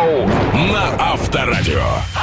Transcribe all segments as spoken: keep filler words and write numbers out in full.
Драйв-шоу на Авторадио.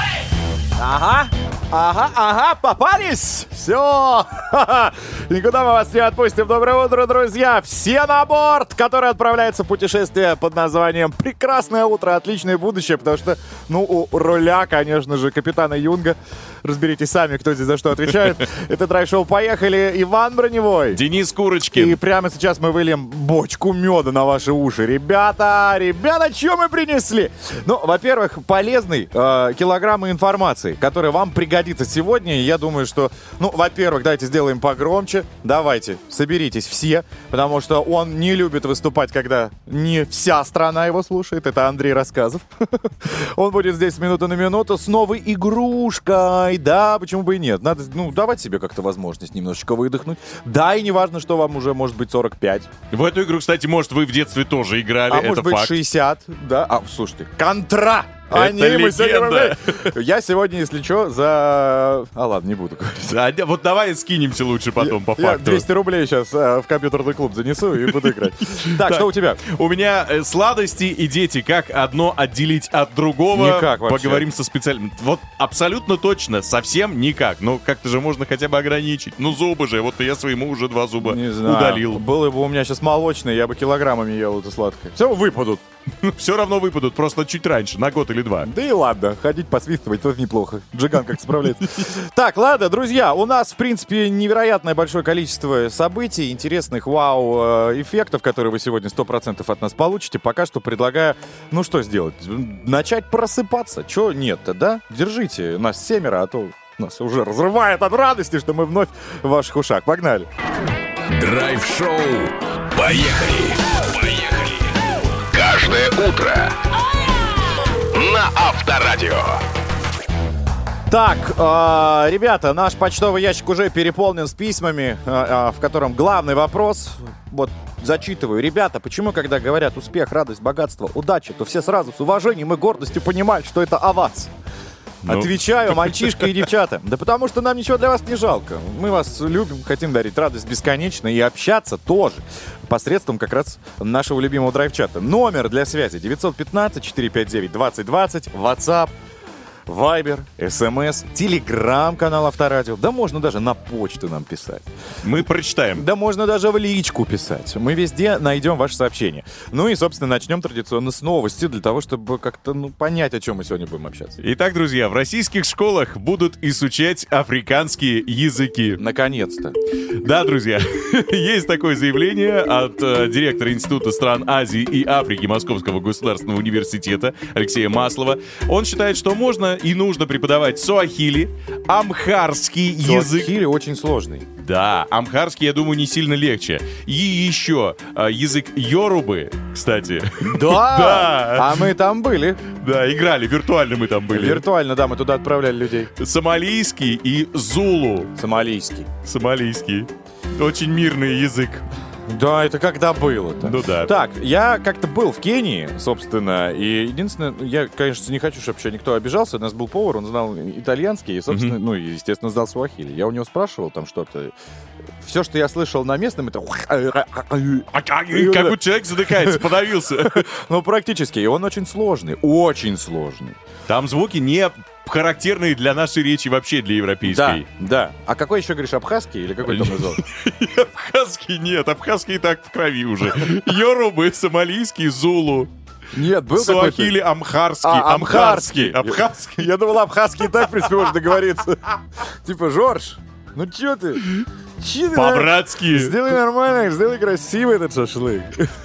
Ага, ага, ага, попались! Все! Никуда мы вас не отпустим. Доброе утро, друзья! Все на борт, который отправляется в путешествие под названием «Прекрасное утро, отличное будущее», потому что, ну, у руля, конечно же, капитана Юнга. Разберитесь сами, кто здесь за что отвечает. Это драйв-шоу «Поехали». Иван Броневой. Денис Курочкин. И прямо сейчас мы выльем бочку меда на ваши уши. Ребята, ребята, что мы принесли? Ну, во-первых, полезный э, килограмм информации, который вам пригодится сегодня. И я думаю, что, ну, во-первых, давайте сделаем погромче. Давайте, соберитесь все, потому что он не любит выступать, когда не вся страна его слушает. Это Андрей Рассказов. Он будет здесь с минуты на минуту с новой игрушкой. Да, почему бы и нет? Надо, ну, давать себе как-то возможность немножечко выдохнуть. Да, и не важно, что вам уже, может быть, сорок пять. В эту игру, кстати, может, вы в детстве тоже играли. А это может быть, факт. шестьдесят. Да. А, слушайте, контра! Они Это мы легенда. сегодня... Я сегодня, если что, за... А ладно, не буду говорить. А, вот давай скинемся лучше потом, я, по я факту. двести рублей сейчас э, в компьютерный клуб занесу и буду играть. Так, что у тебя? У меня э, сладости и дети. Как одно отделить от другого? Никак вообще. Поговорим со специальным. Вот абсолютно точно, совсем никак. Но как-то же можно хотя бы ограничить. Ну, зубы же. Вот я своему уже два зуба Не знаю. удалил. Было бы у меня сейчас молочное, я бы килограммами ел это сладкое. Все, выпадут. Все равно выпадут, просто чуть раньше, на год или два. Да и ладно, ходить посвистывать тоже неплохо. Джиган как справляется. Так, ладно, друзья, у нас, в принципе, невероятное большое количество событий, интересных вау-эффектов, которые вы сегодня сто процентов от нас получите. Пока что предлагаю, ну что сделать? Начать просыпаться. Чего нет-то, да? Держите нас семеро, а то нас уже разрывает от радости, что мы вновь в ваших ушах. Погнали. Драйв-шоу. Поехали. Поехали. Каждое утро на Авторадио. Так, э, ребята, наш почтовый ящик уже переполнен с письмами, э, э, в котором главный вопрос, вот зачитываю. Ребята, почему, когда говорят успех, радость, богатство, удача, то все сразу с уважением и гордостью понимают, что это о вас? Ну. Отвечаю, мальчишка и девчата. Да потому что нам ничего для вас не жалко. Мы вас любим, хотим дарить радость бесконечно и общаться тоже посредством как раз нашего любимого драйв-чата. Номер для связи девятьсот пятнадцать четыреста пятьдесят девять двадцать двадцать, WhatsApp, Вайбер, СМС, Телеграм-канал Авторадио. Да можно даже на почту нам писать. Мы прочитаем. Да можно даже в личку писать. Мы везде найдем ваши сообщения. Ну и, собственно, начнем традиционно с новости, для того, чтобы как-то, ну, понять, о чем мы сегодня будем общаться. Итак, друзья, в российских школах будут изучать африканские языки. Наконец-то. Да, друзья, есть такое заявление от э, директора Института стран Азии и Африки Московского государственного университета Алексея Маслова. Он считает, что можно и нужно преподавать суахили, амхарский язык. Суахили очень сложный. Да, амхарский, я думаю, не сильно легче. И еще э, язык йорубы, кстати. Да, Да. А мы там были. Да, играли, виртуально мы там были. Виртуально, да, мы туда отправляли людей. Сомалийский и зулу. Сомалийский. Сомалийский. Очень мирный язык. Да, это когда было-то? Ну да. Так, я как-то был в Кении, собственно, и единственное, я, конечно, не хочу, чтобы еще никто обижался. У нас был повар, он знал итальянский, и, собственно, mm-hmm. ну, и, естественно, знал суахили. Я у него спрашивал там что-то. Все, что я слышал на местном, это... Как будто человек задыхается, подавился. Ну, практически. И он очень сложный, очень сложный. Там звуки не характерные для нашей речи, вообще для европейской. Да, да. А какой еще, говоришь, абхазский или какой там назвал? Абхазский нет, абхазский и так в крови уже. Йорубы, сомалийский, зулу. Нет, был суахили, амхарский, а, амхарский, амхарский. Я думал, абхазский и так, в принципе, можно договориться. Типа, Жорж, ну чё ты? По-братски. Сделай нормально, сделай красиво этот шашлык.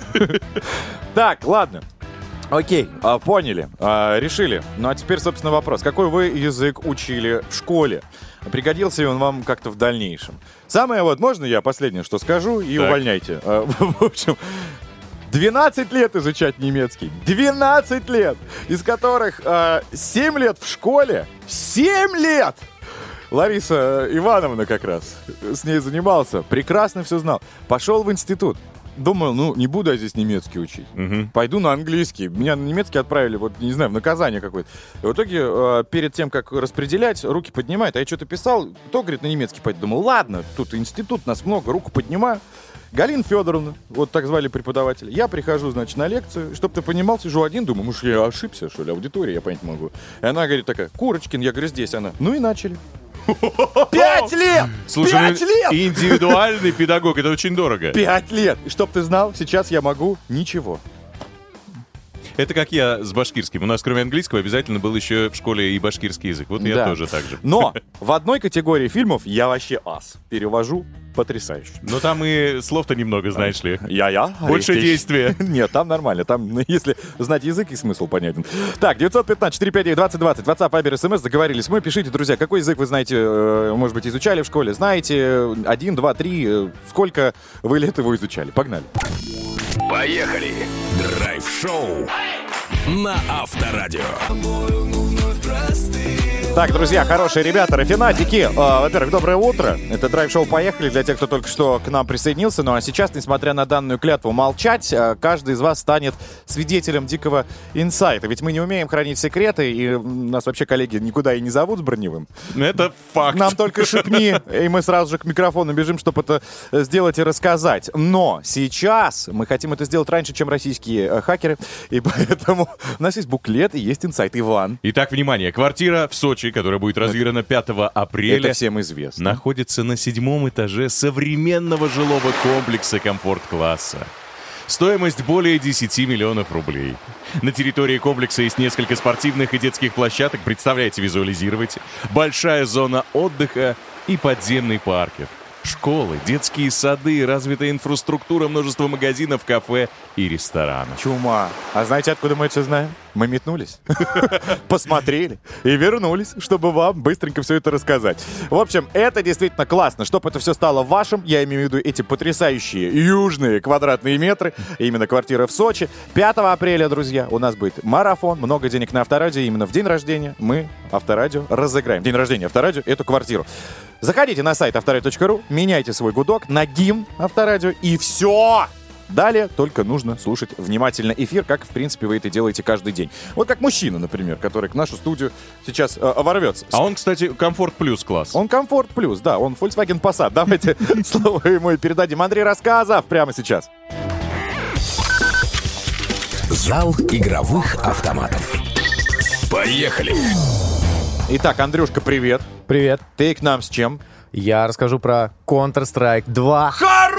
Так, ладно. Окей, а, поняли, а, решили. Ну а теперь, собственно, вопрос. Какой вы язык учили в школе? Пригодился ли он вам как-то в дальнейшем? Самое вот, можно я последнее, что скажу, и так. Увольняйте. А, в общем, двенадцать лет изучать немецкий. двенадцать лет! Из которых а, семь лет в школе. семь лет! Лариса Ивановна как раз с ней занимался. Прекрасно все знал. Пошел в институт. Думаю, ну, не буду я здесь немецкий учить. Угу. Пойду на английский. Меня на немецкий отправили, вот, не знаю, в наказание какое-то. И в итоге, э, перед тем, как распределять, руки поднимает. А я что-то писал, кто, говорит, на немецкий пойти. Думаю, ладно, тут институт, нас много, руку поднимаю. Галина Федоровна, вот так звали преподавателя. Я прихожу, значит, на лекцию, чтоб ты понимал, сижу один, думаю, может, я ошибся, что ли, аудитория, я понять могу. И она говорит такая, Курочкин, я говорю, здесь она. Ну и начали. Пять лет! Слушай, Пять ну, лет! индивидуальный педагог, это очень дорого. Пять лет! И чтоб ты знал, сейчас я могу ничего. Это как я с башкирским. У нас, кроме английского, обязательно был еще в школе и башкирский язык. Вот я Да. тоже так же. Но в одной категории фильмов я вообще ас. Перевожу потрясающе. Но там и слов-то немного, знаешь ли. Я-я. Больше Аристей. действия. Нет, там нормально. Там, ну, если знать язык и смысл понятен. Так, девятьсот пятнадцать четыреста пятьдесят девять двадцать двадцать. WhatsApp, Viber, эс эм эс. Договорились мы. Пишите, друзья, какой язык вы знаете, э, может быть, изучали в школе. Знаете, один, два, три. э, Сколько вы лет его изучали? Погнали. Поехали! Драйв-шоу на Авторадио. Так, друзья, хорошие ребята, рафинатики. Э, во-первых, доброе утро. Это драйв-шоу «Поехали» для тех, кто только что к нам присоединился. Ну а сейчас, несмотря на данную клятву молчать, э, каждый из вас станет свидетелем дикого инсайта. Ведь мы не умеем хранить секреты, и нас вообще коллеги никуда и не зовут с Броневым. Это факт. Нам только шепни, и мы сразу же к микрофону бежим, чтобы это сделать и рассказать. Но сейчас мы хотим это сделать раньше, чем российские э, хакеры, и поэтому у нас есть буклет и есть инсайт. Иван. Итак, внимание. Квартира в Сочи, которая будет разыграна пятого апреля, Это всем известно. находится на седьмом этаже современного жилого комплекса комфорт-класса. Стоимость более десяти миллионов рублей. На территории комплекса есть несколько спортивных и детских площадок, представляете, визуализируйте. Большая зона отдыха и подземный паркинг. Школы, детские сады, развитая инфраструктура, множество магазинов, кафе и ресторанов. Чума. А знаете, откуда мы это все знаем? Мы метнулись, посмотрели и вернулись, чтобы вам быстренько все это рассказать. В общем, это действительно классно. Чтобы это все стало вашим, я имею в виду эти потрясающие южные квадратные метры, именно квартира в Сочи. пятого апреля, друзья, у нас будет марафон, много денег на Авторадио. Именно в день рождения мы, Авторадио, разыграем. День рождения Авторадио, эту квартиру. Заходите на сайт авторадио точка ру, меняйте свой гудок на гимн Авторадио, и все! Далее только нужно слушать внимательно эфир, как, в принципе, вы это делаете каждый день. Вот как мужчина, например, который к нашу студию сейчас э, ворвется. А он, кстати, комфорт плюс класс. Он комфорт плюс, да, он Volkswagen Passat. Давайте слово ему и передадим. Андрей Рассказов прямо сейчас. Зал игровых автоматов. Поехали! Итак, Андрюшка, привет. Привет. Ты к нам с чем? Я расскажу про Counter-Strike два.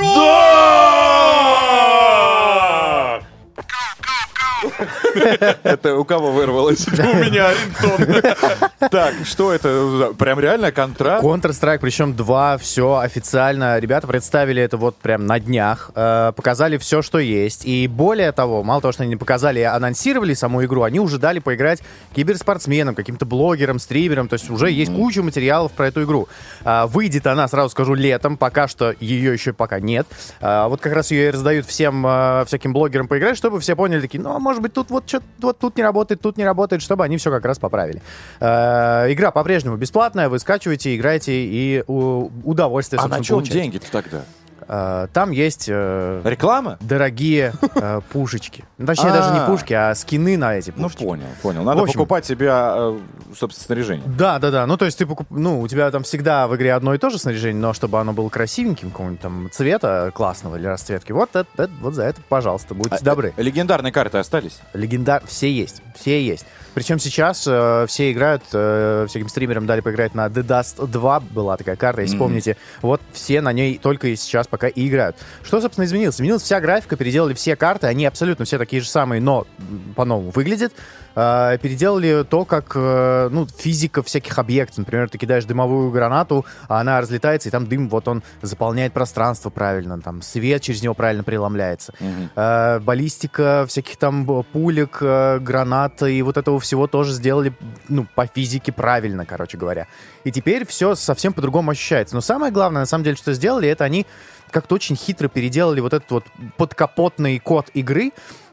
Это у кого вырвалось? У меня рингтон. Так, что это? Прям реально контракт? Counter-Strike, причем два, все официально. Ребята представили это вот прям на днях. Э, показали все, что есть. И более того, мало того, что они показали и анонсировали саму игру, они уже дали поиграть киберспортсменам, каким-то блогерам, стримерам. То есть уже есть куча материалов про эту игру. Э, выйдет она, сразу скажу, летом. Пока что ее еще пока нет. Э, вот как раз ее и раздают всем э, всяким блогерам поиграть, чтобы все поняли, такие, ну, а может быть, тут вот что-то вот тут не работает, тут не работает, чтобы они все как раз поправили. Э, игра по-прежнему бесплатная, вы скачиваете, играете и у, удовольствие, А собственно, на чем получаете. деньги-то тогда? Э, там есть э, Реклама? дорогие э, пушечки. Ну, точнее, даже не А. пушки, а скины на эти Ну, пушечки. понял, понял. Надо В общем. покупать себе, э, собственно, снаряжение. Да, да, да. Ну, то есть ты покуп... ну, у тебя там всегда в игре одно и то же снаряжение, но чтобы оно было красивеньким, какого-нибудь там цвета классного или расцветки. Вот, это, это- вот за это, пожалуйста, будьте А, добры. э, Легендарные карты остались? Легендар... Все есть, все есть. Причем сейчас э, все играют, э, всяким стримерам дали поиграть на The Dust два, была такая карта, если Мгм. помните. Вот все на ней только и сейчас пока и играют. Что, собственно, изменилось? Изменилась вся графика, переделали все карты, они абсолютно все такие же самые, но м, по-новому выглядят. Э, переделали то, как, э, ну, физика всяких объектов. Например, ты кидаешь дымовую гранату, а она разлетается, и там дым, вот он заполняет пространство правильно, там свет через него правильно преломляется. Мгм. Э, баллистика, всяких там б- пулек, э, гранат и вот этого всего тоже сделали, ну, по физике правильно, короче говоря. И теперь все совсем по-другому ощущается. Но самое главное, на самом деле, что сделали, это они как-то очень хитро переделали вот этот вот подкапотный код игры.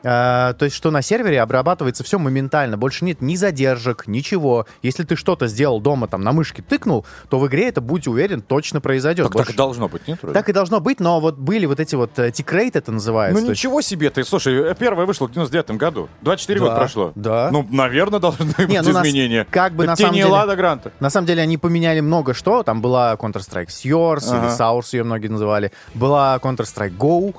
Э, то есть, что на сервере обрабатывается все моментально. Больше нет ни задержек, ничего. Если ты что-то сделал дома, там, на мышке тыкнул, то в игре это, будь уверен, точно произойдет. Так, Больше... так и должно быть, нет? Вроде? Так и должно быть, но вот были вот эти вот тикрейт, это называется. Ну ничего есть... себе ты. Слушай, первая вышла в девяносто девятом году. двадцать четыре да, года прошло. Да. Ну, наверное, должны быть Не, ну, изменения. Нас, как бы это на тебе самом не деле... Лада Гранта. На самом деле они поменяли много что. Там была Counter-Strike Source, ага. или Source ее многие называли. Была Counter-Strike Go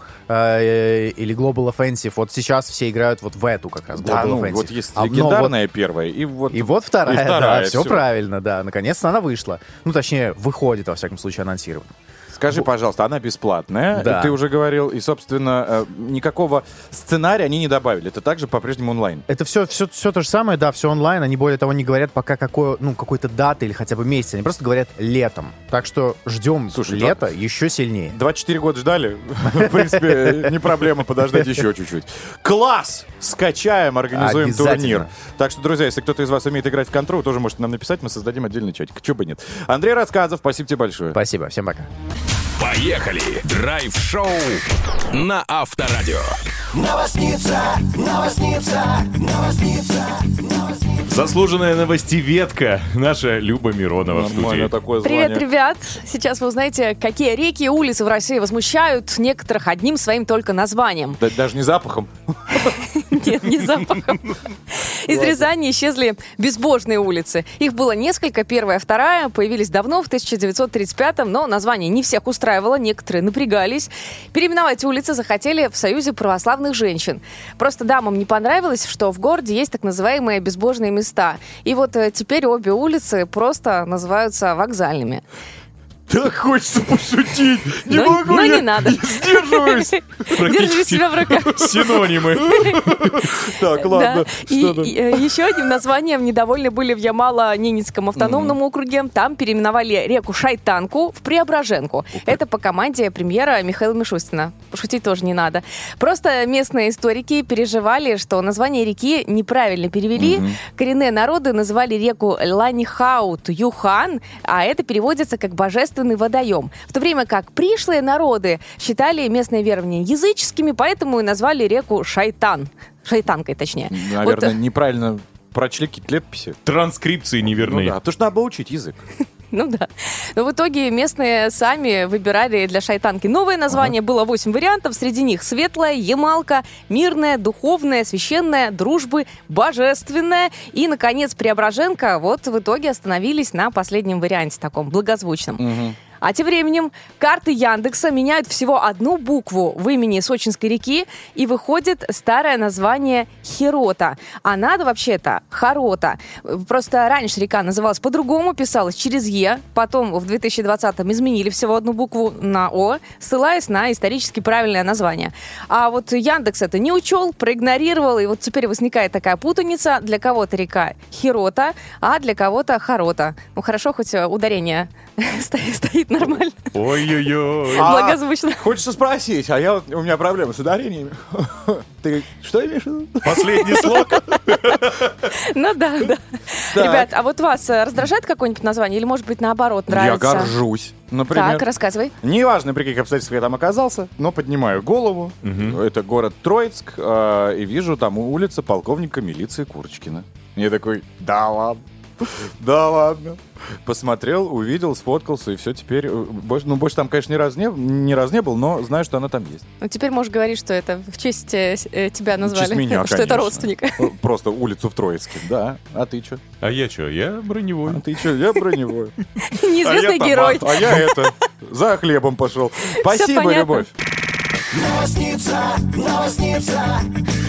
э, или Global Offensive. Вот сейчас все играют вот в эту как раз, Global да, ну, Offensive. вот есть а, легендарная вот... первая, и вот... И вот вторая, и вторая, да, все, все правильно, да. Наконец-то она вышла. Ну, точнее, выходит, во всяком случае, анонсирована. Скажи, пожалуйста, она бесплатная, да. ты уже говорил, и, собственно, никакого сценария они не добавили. Это также по-прежнему онлайн. Это все, все, все то же самое, да, все онлайн. Они, более того, не говорят пока какой, ну, какой-то даты или хотя бы месяц. Они просто говорят летом. Так что ждем Слушай, лето да. еще сильнее. двадцать четыре года ждали. В принципе, не проблема подождать еще чуть-чуть. Класс! Скачаем, организуем турнир. Так что, друзья, если кто-то из вас умеет играть в контру, тоже можете нам написать, мы создадим отдельный чатик. Чего бы нет. Андрей Рассказов, спасибо тебе большое. Спасибо, всем пока. Поехали! Драйв-шоу на Авторадио. Новосница, новосница, новосница, новосница. Заслуженная новостеведка, наша Люба Миронова в студии. Такое Привет, ребят! Сейчас вы узнаете, какие реки и улицы в России возмущают некоторых одним своим только названием. Да, даже не запахом. Нет, не запахом. Из Рязани исчезли безбожные улицы. Их было несколько, первая, вторая. Появились давно, в тысяча девятьсот тридцать пятом, но название не всех устраивало, некоторые напрягались. Переименовать улицы захотели в Союзе православных женщин. Просто дамам не понравилось, что в городе есть так называемые безбожные места. И вот теперь обе улицы просто называются вокзальными. Так хочется пошутить. Не но, могу, но я не надо. сдерживаюсь. Держи себя в руках. Синонимы. Так, ладно. И еще одним названием недовольны были в Ямало-Ненецком автономном округе. Там переименовали реку Шайтанку в Преображенку. Это по команде премьера Михаила Мишустина. Пошутить тоже не надо. Просто местные историки переживали, что название реки неправильно перевели. Коренные народы называли реку Ланьхаут-Юхан, а это переводится как «божественный водоем». В то время как пришлые народы считали местные верования языческими, поэтому и назвали реку Шайтан. Шайтанкой, точнее. Наверное, вот, неправильно прочли какие-то летописи. Транскрипции неверные. Ну да, потому что надо было учить язык. Ну да. Но в итоге местные сами выбирали для Шайтанки новое название. Ага. Было восемь вариантов. Среди них светлая, ямалка, мирная, духовная, священная, дружбы, божественная. И, наконец, Преображенка. Вот в итоге остановились на последнем варианте, таком благозвучном. Угу. А тем временем карты Яндекса меняют всего одну букву в имени Сочинской реки, и выходит старое название Хирота. А надо вообще-то Харота. Просто раньше река называлась по-другому, писалась через Е, потом в две тысячи двадцатом изменили всего одну букву на О, ссылаясь на исторически правильное название. А вот Яндекс это не учел, проигнорировал, и вот теперь возникает такая путаница. Для кого-то река Хирота, а для кого-то Харота. Ну хорошо, хоть ударение стоит нормально. Ой-ой-ой. Благозвучно. А, хочется спросить, а я, у меня проблемы с ударениями. Ты что имеешь в виду? Последний слог. Ну да, да. Ребят, а вот вас раздражает какое-нибудь название? Или, может быть, наоборот, нравится? Я горжусь. Например, так, рассказывай. Неважно, при каких обстоятельствах я там оказался, но поднимаю голову. Угу. Это город Троицк, э, и вижу там улица полковника милиции Курочкина. Я такой, да ладно. Да ладно. Посмотрел, увидел, сфоткался, и все, теперь... Больше, ну, больше там, конечно, ни разу не, ни разу не был, но знаю, что она там есть. Ну, теперь можешь говорить, что это в честь э, тебя назвали. В честь меня, что конечно. это родственник. Просто улицу в Троицке, да. А ты что? А я что? Я броневой. А ты что? Я броневой. Неизвестный герой. А я это, за хлебом пошел. Спасибо, Любовь. Новосница, новосница.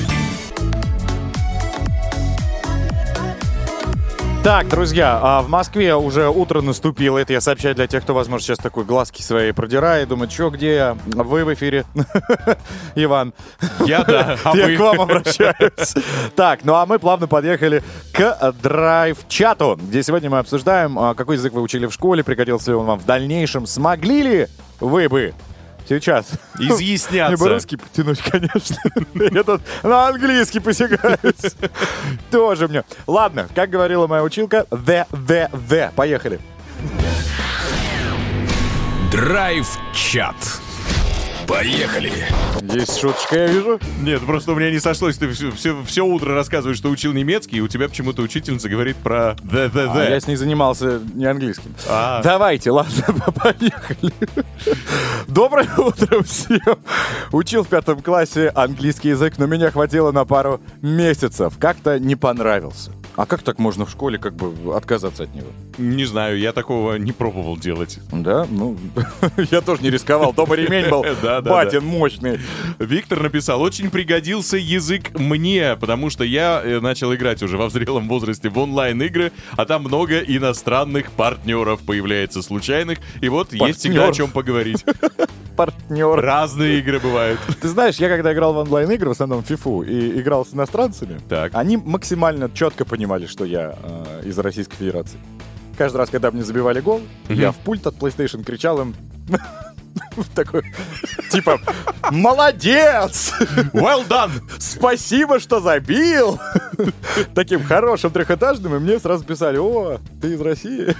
Так, друзья, а в Москве уже утро наступило. Это я сообщаю для тех, кто, возможно, сейчас такой глазки свои продирает, думает, что, где я? Вы в эфире. Иван. Я, да. А я вы? к вам обращаюсь. Так, ну а мы плавно подъехали к драйв-чату, где сегодня мы обсуждаем, какой язык вы учили в школе, пригодился ли он вам в дальнейшем, смогли ли вы бы сейчас изъясняться. Не бы русский потянуть, конечно. Я тут на английский посягаюсь. Тоже мне. Ладно, как говорила моя училка, the, the, the. Поехали. Драйв-чат. Поехали! Есть шуточка, я вижу. Нет, просто у меня не сошлось. Ты все, все, все утро рассказываешь, что учил немецкий, и у тебя почему-то учительница говорит про the, the, the. А я с ней занимался не английским. А. Давайте, ладно, поехали. Доброе утро всем. Учил в пятом классе английский язык, но меня хватило на пару месяцев. Как-то не понравился. А как так можно в школе как бы отказаться от него? Не знаю, я такого не пробовал делать. Да, ну, я тоже не рисковал. Дома ремень был, Да, да, батин мощный. Виктор написал: очень пригодился язык мне, потому что я э, начал играть уже во взрелом возрасте в онлайн-игры, а там много иностранных партнеров появляется, случайных, и вот есть всегда о чем поговорить. Партнер. Разные игры бывают. Ты знаешь, я когда играл в онлайн-игры, в основном фифу, и играл с иностранцами, Так. они максимально четко понимали, что я э, из Российской Федерации. Каждый раз, когда мне забивали гол, я в пульт от PlayStation кричал им такой, типа, молодец! Well done! Спасибо, что забил! Таким хорошим трехэтажным, и мне сразу писали: о, ты из России?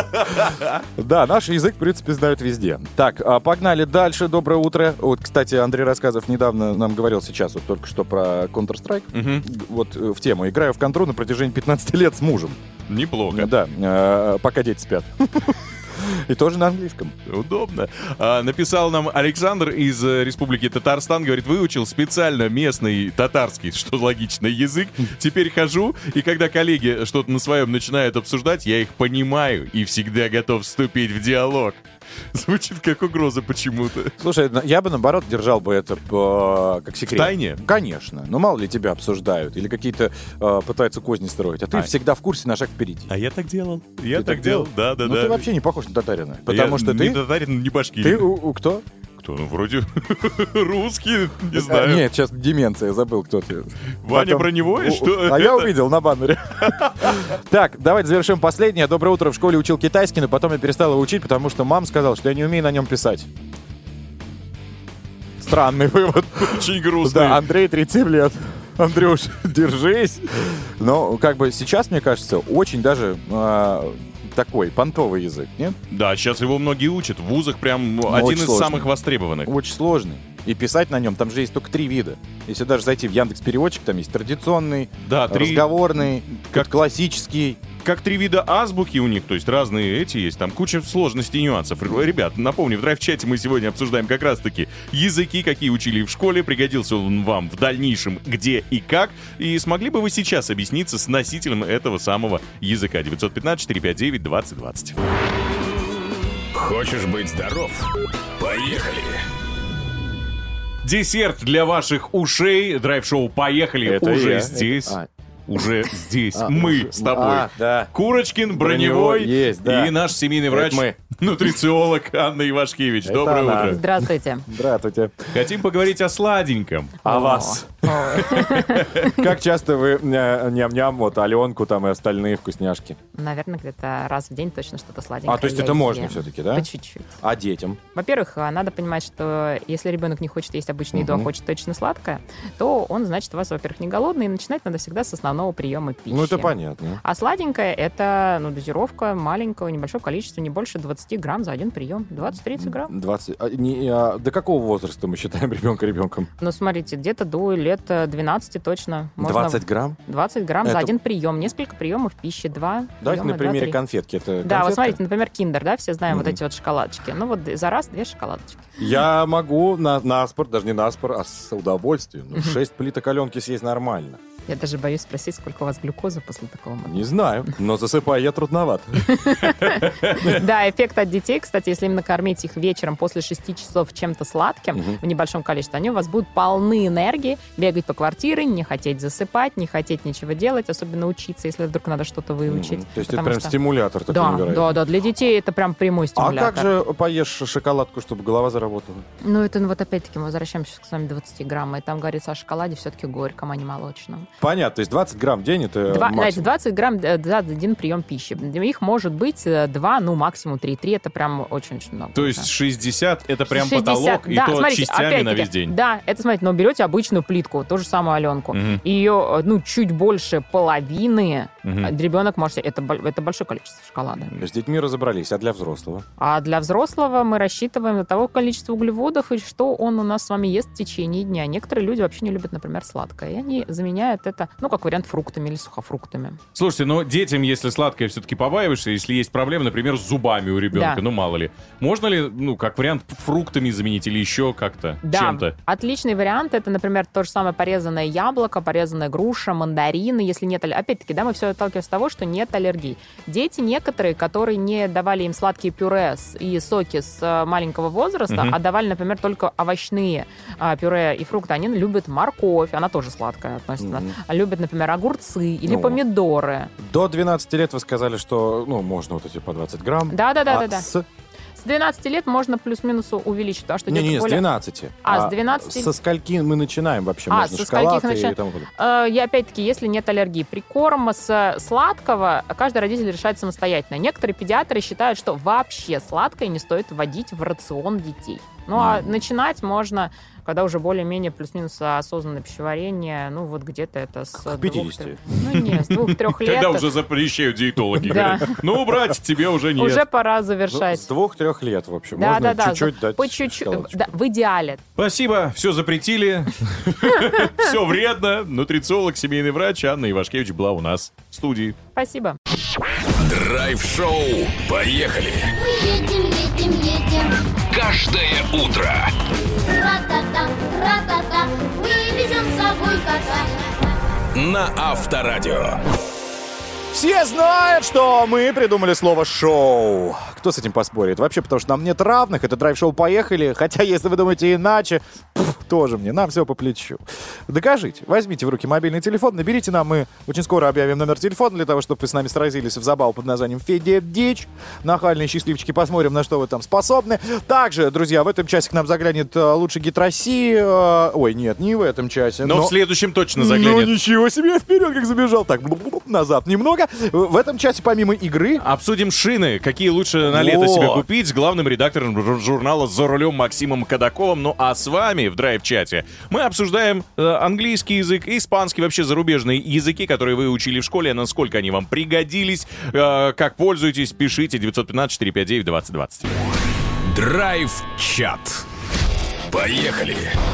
Да, наш язык, в принципе, знают везде. Так, а, погнали дальше. Доброе утро. Вот, кстати, Андрей Рассказов недавно нам говорил сейчас, вот только что про Counter-Strike. Вот э, в тему. Играю в контру на протяжении пятнадцати лет с мужем. Неплохо. Да, э, пока дети спят. И тоже на английском. Удобно. А, написал нам Александр из э, Республики Татарстан. Говорит, выучил специально местный татарский, что логично, язык. Теперь хожу, и когда коллеги что-то на своем начинают обсуждать, я их понимаю и всегда готов вступить в диалог. Звучит как угроза почему-то. Слушай, я бы, наоборот, держал бы это по, как секрет. В тайне? Конечно. Но мало ли тебя обсуждают или какие-то э, пытаются козни строить. А ты А. всегда в курсе, на шаг впереди. А я так делал. Я Ты так делал. Да, да, Ну, да. ты вообще не похож на татарина. Потому Я что не ты... татарин, не башкирин. Ты у, у кто? Кто? Ну, вроде русский, не А, знаю. нет, сейчас деменция, забыл, кто ты. Ваня Потом- Броневой? О, Что А я это? увидел на баннере. Так, давайте завершим последнее. Доброе утро. В школе учил китайский, но потом я перестал его учить, потому что мама сказала, что я не умею на нем писать. Странный вывод. Очень грустный. Да, Андрей, тридцать семь лет. Андрюш, держись. Но как бы сейчас, мне кажется, очень даже а, такой понтовый язык, нет? Да, сейчас его многие учат. В вузах прям Ну, один очень из сложно. самых востребованных. Очень сложный. И писать на нем, там же есть только три вида. Если даже зайти в Яндекс.Переводчик, там есть традиционный, Да, три, разговорный, как- как классический. как три вида азбуки у них, то есть разные эти есть, там куча сложностей и нюансов. Ребят, напомню, в драйв-чате мы сегодня обсуждаем как раз-таки языки, какие учили в школе, пригодился он вам в дальнейшем где и как, и смогли бы вы сейчас объясниться с носителем этого самого языка? девятьсот пятнадцать четыреста пятьдесят девять двадцать двадцать. Хочешь быть здоров? Поехали! Десерт для ваших ушей. Драйв-шоу «Поехали» Это уже я. здесь. А. Уже здесь. А, мы уже. с тобой. А, да. Курочкин, Броневой Броневой есть, да. и наш семейный Это врач, мы. нутрициолог Анна Ивашкевич. Это Доброе она. утро. Здравствуйте. Здравствуйте. Хотим поговорить о сладеньком. А вас? Как часто вы э, ням-ням, вот Аленку там и остальные вкусняшки? Наверное, где-то раз в день точно что-то сладенькое. А, то есть я это можно ем. все-таки, да? По чуть-чуть. А детям? Во-первых, а, надо понимать, что если ребенок не хочет есть обычную еду, а Мгм. хочет точно сладкое, то он, значит, у вас, во-первых, не голодный, и начинать надо всегда с основного приема пищи. Ну, это понятно. А сладенькое — это ну, дозировка маленького, небольшого количества, не больше двадцати грамм за один прием. двадцать-тридцать грамм. двадцать. А, не, а, до какого возраста мы считаем ребенка ребенком? Ну, смотрите, где-то до лет э, двенадцати точно. Можно двадцать грамм? двадцать грамм за Это- один прием. Несколько приемов пищи. Два Давайте приема, на примере два-три. конфетки. Это Да, вот конфетка? смотрите, например, киндер, да, все знаем Мгм. вот эти вот шоколадочки. Ну вот за раз две шоколадочки. Я могу на, на спор, даже не на спор, а с удовольствием. Ну, шесть плиток Аленки съесть нормально. Я даже боюсь спросить, сколько у вас глюкозы после такого момента. Не знаю, но засыпаю я трудновато. Да, эффект от детей, кстати, если именно кормить их вечером после шести часов чем-то сладким Мгм. в небольшом количестве, они у вас будут полны энергии, бегать по квартире, не хотеть засыпать, не хотеть ничего делать, особенно учиться, если вдруг надо что-то выучить. Мгм. То есть это Потому прям что- стимулятор такой Да, невероятный. да, да, для детей это прям прямой А стимулятор. как же поешь шоколадку, чтобы голова заработала? Ну, это ну, вот опять-таки мы возвращаемся к с вами двадцати грамм, и там говорится о шоколаде все-таки горьком, а не молочном. Понятно, то есть двадцать грамм в день это Два, максимум. знаете, двадцать грамм э, за один прием пищи. Их может быть два, ну, максимум три. три это прям очень-очень много. То да. есть шестьдесят это прям шестьдесят, потолок, и да, то смотрите, частями на опять-таки, весь день. Да, это, смотрите, но берете обычную плитку, ту же самую Аленку, Мгм. и ее, ну, чуть больше половины Мгм. ребенок может... Это, бо- это большое количество шоколада. С детьми разобрались, а для взрослого? А для взрослого мы рассчитываем на того количества углеводов, и что он у нас с вами ест в течение дня. Некоторые люди вообще не любят, например, сладкое, и они заменяют это, ну, как вариант, фруктами или сухофруктами. Слушайте, но детям, если сладкое все-таки побаиваешься, если есть проблемы, например, с зубами у ребенка, Да. ну мало ли, можно ли, ну, как вариант, фруктами заменить или еще как-то, Да, чем-то? отличный вариант. Это, например, то же самое порезанное яблоко, порезанная груша, мандарины, если нет... аллер- Опять-таки, да, мы все отталкиваемся от того, что нет аллергий. Дети некоторые, которые не давали им сладкие пюре с- и соки с э, маленького возраста, Мгм. а давали, например, только овощные а, пюре и фрукты, они любят морковь, она тоже сладкая относится. Мгм. А любят, например, огурцы или Ну. помидоры. До двенадцати лет вы сказали, что ну, можно вот эти по двадцать грамм. Да-да-да-да-да. А с... С двенадцати лет можно плюс-минус увеличить, потому что Не-не-не, где-то с более- двенадцати. А, с двенадцати? Со скольки мы начинаем вообще? А, Можно со шоколад скольких и начи- тому подобное. Э, Я опять-таки, если нет аллергии. Прикорм с сладкого каждый родитель решает самостоятельно. Некоторые педиатры считают, что вообще сладкое не стоит вводить в рацион детей. Ну, а начинать можно, когда уже более-менее плюс-минус осознанное пищеварение, ну, вот где-то это с... двух- пятидесяти. Ну, нет, с двух-трех лет. Когда уже запрещают диетологи. Да. Говорят, ну, брать, тебе уже нет. Уже пора Ну, завершать. с двух-трех лет, в общем. Да, Можно да, да. чуть-чуть дать По чуть-чуть. шоколадочку. Да, в идеале. Спасибо, все запретили. Все вредно. Нутрициолог, семейный врач Анна Ивашкевич была у нас в студии. Спасибо. Драйв-шоу. Поехали. Мы едем, едем, едем. Каждое утро. Ра-та-та, ра-та-та. Мы везем с собой кота. На Авторадио. Все знают, что мы придумали слово «шоу». Кто с этим поспорит? Вообще, потому что нам нет равных. Это драйв-шоу «Поехали». Хотя, если вы думаете иначе, пф, тоже мне, нам все по плечу. Докажите. Возьмите в руки мобильный телефон, наберите нам. Мы очень скоро объявим номер телефона для того, чтобы вы с нами сразились в забаву под названием «Федя Дичь». Нахальные счастливчики, посмотрим, на что вы там способны. Также, друзья, в этом часе к нам заглянет э, лучший гид России. Э, ой, нет, не в этом часе. Но, в следующем точно Ну, заглянет. ничего себе, вперед как забежал. Так, бу-бу-бу, назад немного. В этом часе, помимо игры... Обсудим шины, какие лучше на лето Во. себе купить с главным редактором жур- журнала «За рулем» Максимом Кадаковым. Ну а с вами в драйв-чате мы обсуждаем э, английский язык, испанский, вообще зарубежные языки, которые вы учили в школе, насколько они вам пригодились, э, как пользуетесь, пишите девятьсот пятнадцать четыреста пятьдесят девять двадцать двадцать. Драйв-чат. Поехали.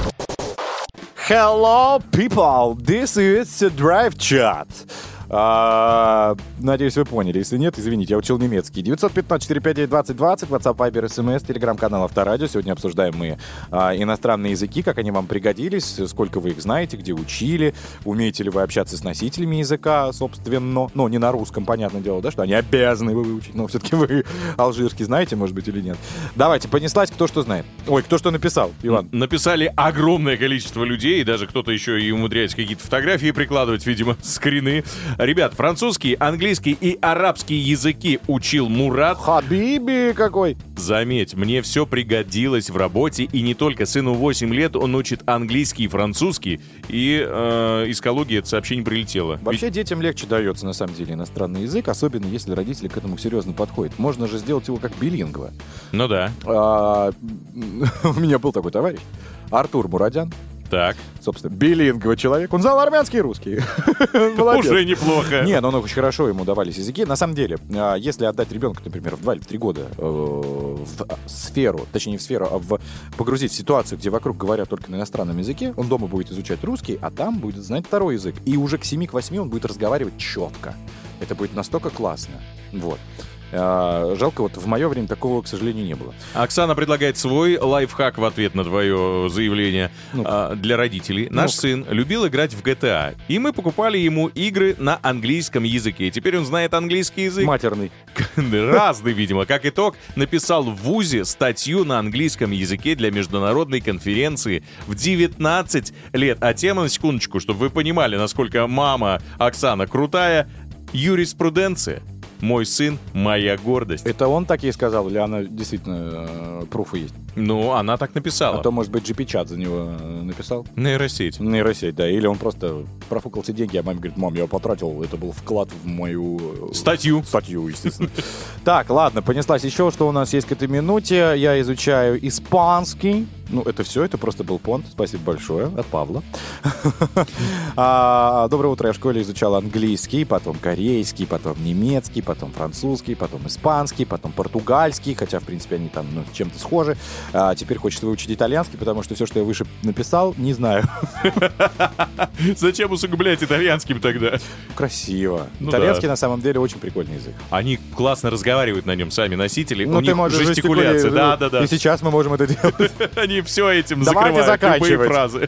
Hello, people! This is the Drive Chat. А, надеюсь, вы поняли. Если нет, извините, я учил немецкий. девятьсот пятнадцать четыреста пятьдесят девять двадцать двадцать, WhatsApp, Viber, эс эм эс, телеграм-канал Авторадио. Сегодня обсуждаем мы а, иностранные языки, как они вам пригодились, сколько вы их знаете, где учили, умеете ли вы общаться с носителями языка, собственно. Ну, не на русском, понятное дело, да, что они обязаны вы выучить, но все-таки вы алжирский знаете, может быть, или нет. Давайте, понеслась, кто что знает. Ой, кто что написал, Иван. Написали огромное количество людей, и даже кто-то еще и умудряется какие-то фотографии прикладывать, видимо, скрины. Ребят, французский, английский и арабский языки учил Мурат. Хабиби какой. Заметь, мне все пригодилось в работе, и не только. Сыну восемь лет, он учит английский и французский, и э, из Калуги это сообщение прилетело. Вообще детям легче дается, на самом деле, иностранный язык, особенно если родители к этому серьезно подходят. Можно же сделать его как билингва. Ну да, А, у меня был такой товарищ, Артур Мурадян. так. Собственно, билинговый человек. Он знал армянский и русский. Молодец. Уже неплохо. Не, ну ну, очень хорошо ему давались языки. На самом деле, а, если отдать ребенка, например, в два или в три года э, в сферу, точнее не в сферу, а в погрузить в ситуацию, где вокруг говорят только на иностранном языке, он дома будет изучать русский, а там будет знать второй язык. И уже к семи-восьми он будет разговаривать четко. Это будет настолько классно. Вот. А, жалко, вот в мое время такого, к сожалению, не было. Оксана предлагает свой лайфхак в ответ на твое заявление Ну-ка. а, для родителей. Наш Ну-ка. сын любил играть в джи ти эй, и мы покупали ему игры на английском языке. Теперь он знает английский язык. Матерный. Разный, видимо. Как итог, написал в ВУЗе статью на английском языке для международной конференции в девятнадцать лет. А тема, на секундочку, чтобы вы понимали, насколько мама Оксана крутая, юриспруденция. Мой сын — моя гордость. Это он так ей сказал, или она действительно э, пруфы есть? Ну, она так написала. А то, может быть, джи пи-чат за него написал. Нейросеть. Нейросеть, да. Или он просто профукал все деньги, а маме говорит: мам, я потратил, это был вклад в мою... Статью. Статью, естественно. Так, ладно, понеслась еще, что у нас есть к этой минуте. Я изучаю испанский. Ну, это все, это просто был понт. Спасибо большое от Павла. а, доброе утро. Я в школе изучал английский, потом корейский, потом немецкий, потом французский, потом испанский, потом португальский, хотя, в принципе, они там ну, чем-то схожи. А, теперь хочется выучить итальянский, потому что все, что я выше написал, не знаю. Зачем усугублять итальянским тогда? Красиво. Ну Итальянский, да. на самом деле, очень прикольный язык. Они классно разговаривают на нем, сами носители. Ну, У ты них можешь жестикуляция. жестикули- Да, да, да. И сейчас мы можем это делать. Они все этим Давайте закрывают, любые заканчивать. фразы.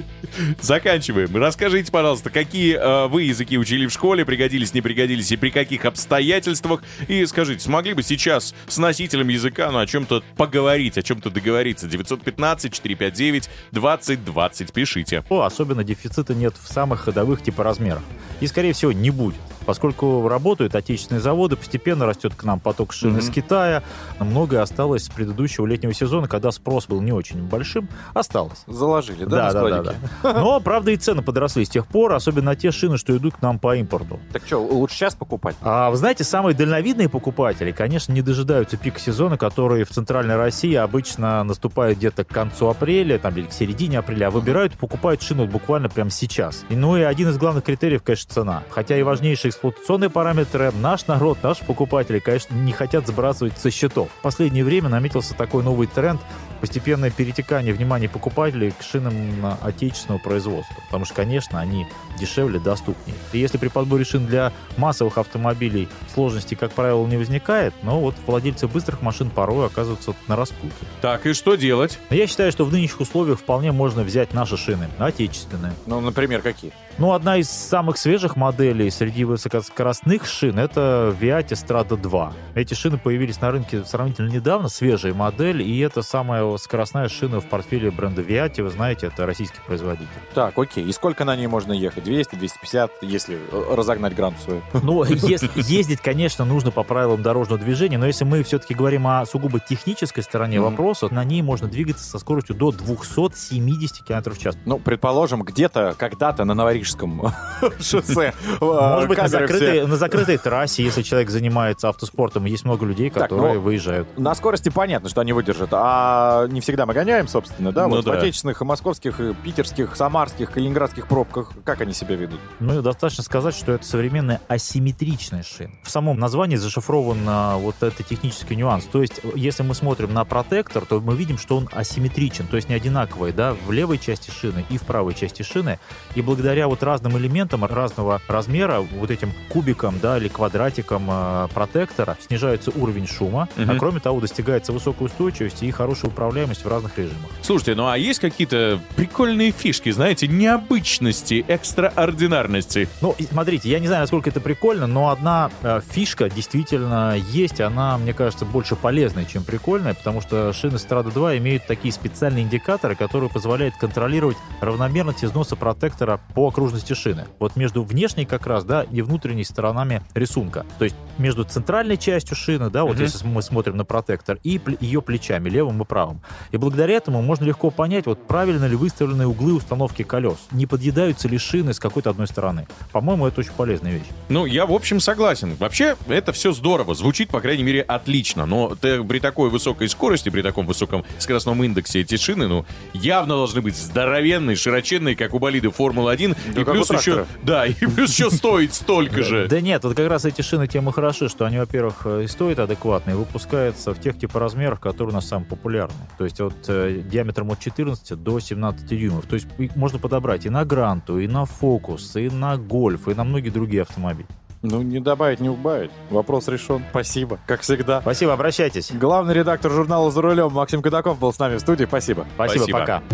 Заканчиваем. Расскажите, пожалуйста, какие э, вы языки учили в школе, пригодились, не пригодились и при каких обстоятельствах? И скажите, смогли бы сейчас с носителем языка ну, о чем-то поговорить, о чем-то договориться? девятьсот пятнадцать четыреста пятьдесят девять двадцать двадцать. Пишите. О, особенно дефицита нет в самых ходовых типа размерах. И, скорее всего, не будет. Поскольку работают отечественные заводы, постепенно растет к нам поток шин из Китая. Многое осталось с предыдущего летнего сезона, когда спрос был не очень большим. Осталось. Заложили, да, Да, на да, да, складике? да. Но, правда, и цены подросли с тех пор, особенно на те шины, что идут к нам по импорту. Так что, лучше сейчас покупать? А вы знаете, самые дальновидные покупатели, конечно, не дожидаются пика сезона, который в центральной России обычно наступает где-то к концу апреля, там, или к середине апреля, а выбирают и покупают шину буквально прямо сейчас. И, ну и один из главных критериев, конечно, цена. Хотя и важнейшие эксплуатационные параметры, наш народ, наши покупатели, конечно, не хотят сбрасывать со счетов. В последнее время наметился такой новый тренд — постепенное перетекание внимания покупателей к шинам отечественного производства. Потому что, конечно, они дешевле, доступнее. И если при подборе шин для массовых автомобилей сложностей, как правило, не возникает, но вот владельцы быстрых машин порой оказываются на распутье. Так, и что делать? Но я считаю, что в нынешних условиях вполне можно взять наши шины, отечественные. Ну, например, какие? Ну, одна из самых свежих моделей среди высокоскоростных шин — это Viate Strada два. Эти шины появились на рынке сравнительно недавно, свежая модель, и это самая скоростная шина в портфеле бренда Viate. Вы знаете, это российский производитель. Так, окей. И сколько на ней можно ехать? двести, двести пятьдесят, если разогнать градус свой? Ну, если ездить, конечно, нужно по правилам дорожного движения, но если мы все-таки говорим о сугубо технической стороне Mm-hmm. вопроса, на ней можно двигаться со скоростью до двести семьдесят километров в час. Ну, предположим, где-то, когда-то на Новорижском шоссе. Может быть, на камеры закрытой, все. на закрытой трассе, если человек занимается автоспортом, есть много людей, Так, которые ну, выезжают. На скорости понятно, что они выдержат, а не всегда мы гоняем, собственно, да? Ну Вот да. в отечественных, и московских, и питерских, самарских, калининградских пробках, как они себя ведут? Ну, и достаточно сказать, что это современная асимметричная шина. В самом названии зашифрован а, вот этот технический нюанс. То есть, если мы смотрим на протектор, то мы видим, что он асимметричен, то есть не одинаковый, да, в левой части шины и в правой части шины. И благодаря вот разным элементам разного размера, вот этим кубикам, да, или квадратикам а, протектора, снижается уровень шума, Мгм. а кроме того, достигается высокая устойчивость и хорошая управляемость в разных режимах. Слушайте, ну а есть какие-то прикольные фишки, знаете, необычности, экстраординарности? Ну, и смотрите, я не знаю, насколько это прикольно, но одна э, фишка действительно есть. Она, мне кажется, больше полезная, чем прикольная, потому что шины Strada два имеют такие специальные индикаторы, которые позволяют контролировать равномерность износа протектора по окружности шины. Вот между внешней как раз, да, и внутренней сторонами рисунка. То есть между центральной частью шины, да, вот Мгм. если мы смотрим на протектор, и пле- ее плечами, левым и правым. И благодаря этому можно легко понять, вот правильно ли выставлены углы установки колес. Не подъедаются ли шины с какой-то одной стороны. По-моему, это очень полезная вещь. Ну, я, в общем, согласен. Вообще, это все здорово. Звучит, по крайней мере, отлично. Но ты- при такой высокой скорости, при таком высоком скоростном индексе эти шины, ну, явно должны быть здоровенные, широченные, как у болиды Формулы-один. И как у плюс еще... трактора. Да, и плюс еще стоит столько же. Да нет, вот как раз эти шины тем и хороши, что они, во-первых, э, и стоят адекватно, и выпускаются в тех типа размерах, которые у нас самые популярные. То есть от э, диаметром от четырнадцати до семнадцати дюймов. То есть их можно подобрать и на Гранту, и на Фокус, и на Гольф, и на многие другие автомобили. Ну, не добавить, не убавить. Вопрос решен. Спасибо, как всегда. Спасибо, обращайтесь. Главный редактор журнала «За рулем» Максим Кадаков был с нами в студии. Спасибо. Спасибо, Спасибо. пока.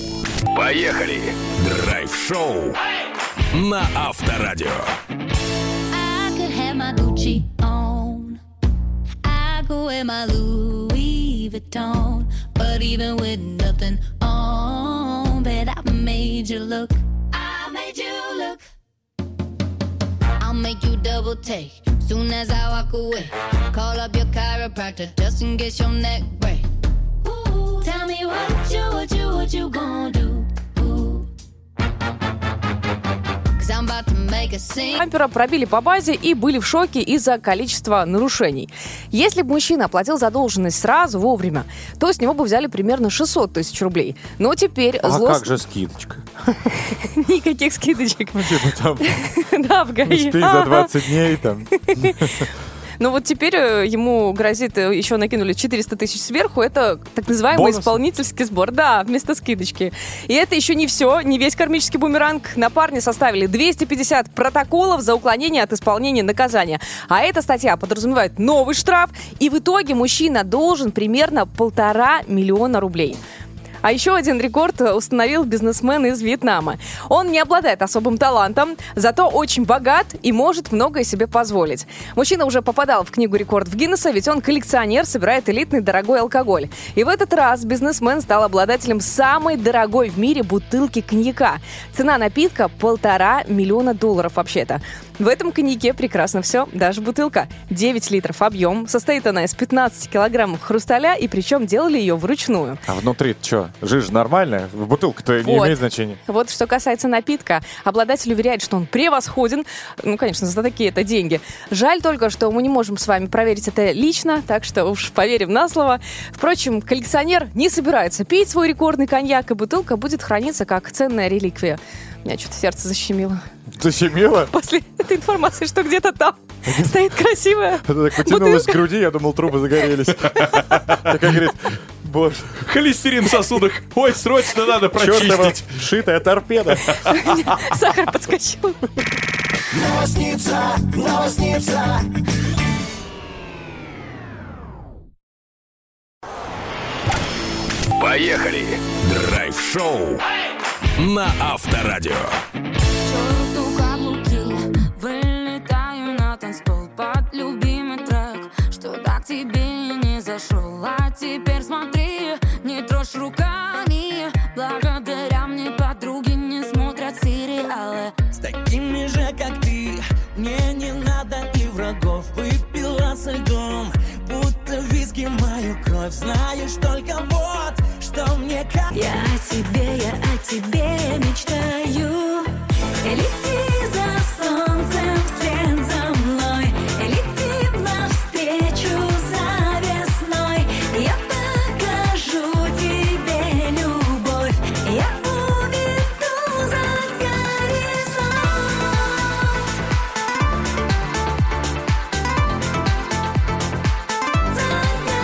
Поехали! Драйв-шоу на Авторадио. I could have my Gucci on. I could wear my Louis Vuitton. But even with nothing on, bet I made you look. I made you look. I'll make you double take soon as I walk away. Call up your chiropractor just in case your neck break. Ooh, me what you, what you, what you gonna do? Ooh. 'Cause I'm about to make a scene. Бампера пробили по базе и были в шоке из-за количества нарушений. Если бы мужчина оплатил задолженность сразу, вовремя, то с него бы взяли примерно шестьсот тысяч рублей. Но теперь А злост... как же скидочка? Никаких скидочек. Ну, типа там, Да, в ГАИ. успей за двадцать дней там. Ну вот теперь э, ему грозит, э, еще накинули четыреста тысяч сверху, это так называемый Бонусы? исполнительский сбор, да, вместо скидочки. И это еще не все, не весь кармический бумеранг. На парня составили двести пятьдесят протоколов за уклонение от исполнения наказания. А эта статья подразумевает новый штраф, и в итоге мужчина должен примерно полтора миллиона рублей. А еще один рекорд установил бизнесмен из Вьетнама. Он не обладает особым талантом, зато очень богат и может многое себе позволить. Мужчина уже попадал в книгу рекордов Гиннесса, ведь он коллекционер, собирает элитный дорогой алкоголь. И в этот раз бизнесмен стал обладателем самой дорогой в мире бутылки коньяка. Цена напитка – полтора миллиона долларов вообще-то. В этом коньяке прекрасно все, даже бутылка. девять литров объем, состоит она из пятнадцати килограммов хрусталя, и причем делали ее вручную. А внутри-то что? Жижа нормальная? Бутылка-то не Вот. имеет значения. Вот что касается напитка, обладатель уверяет, что он превосходен. Ну, конечно, за такие это деньги. Жаль только, что мы не можем с вами проверить это лично, так что уж поверим на слово. Впрочем, коллекционер не собирается пить свой рекордный коньяк, и бутылка будет храниться как ценная реликвия. У меня что-то сердце защемило. Защемило? После этой информации, что где-то там стоит красивая Это так потянулось бутылка. к груди, я думал, трубы загорелись. Такая говорит, боже, Холестерин в сосудах. Ой, срочно надо чертова прочистить. вшитая торпеда. Сахар подскочил. Новосница, новосница. Поехали! Драйв-шоу на Авторадио. Черту каблуки, вылетаю на танцпол под любимый трек, что так тебе не зашел. А теперь смотри, не трожь руками. Благодаря мне подруги не смотрят сериалы. С такими же, как ты, мне не надо и врагов. Выпила со льдом, будто виски мою кровь. Знаешь только вот, что мне как... Я о тебе, я о тебе мечтаю. Лети за солнцем вслед за мной, лети навстречу за весной. Я покажу тебе любовь, я уведу за горизонт. За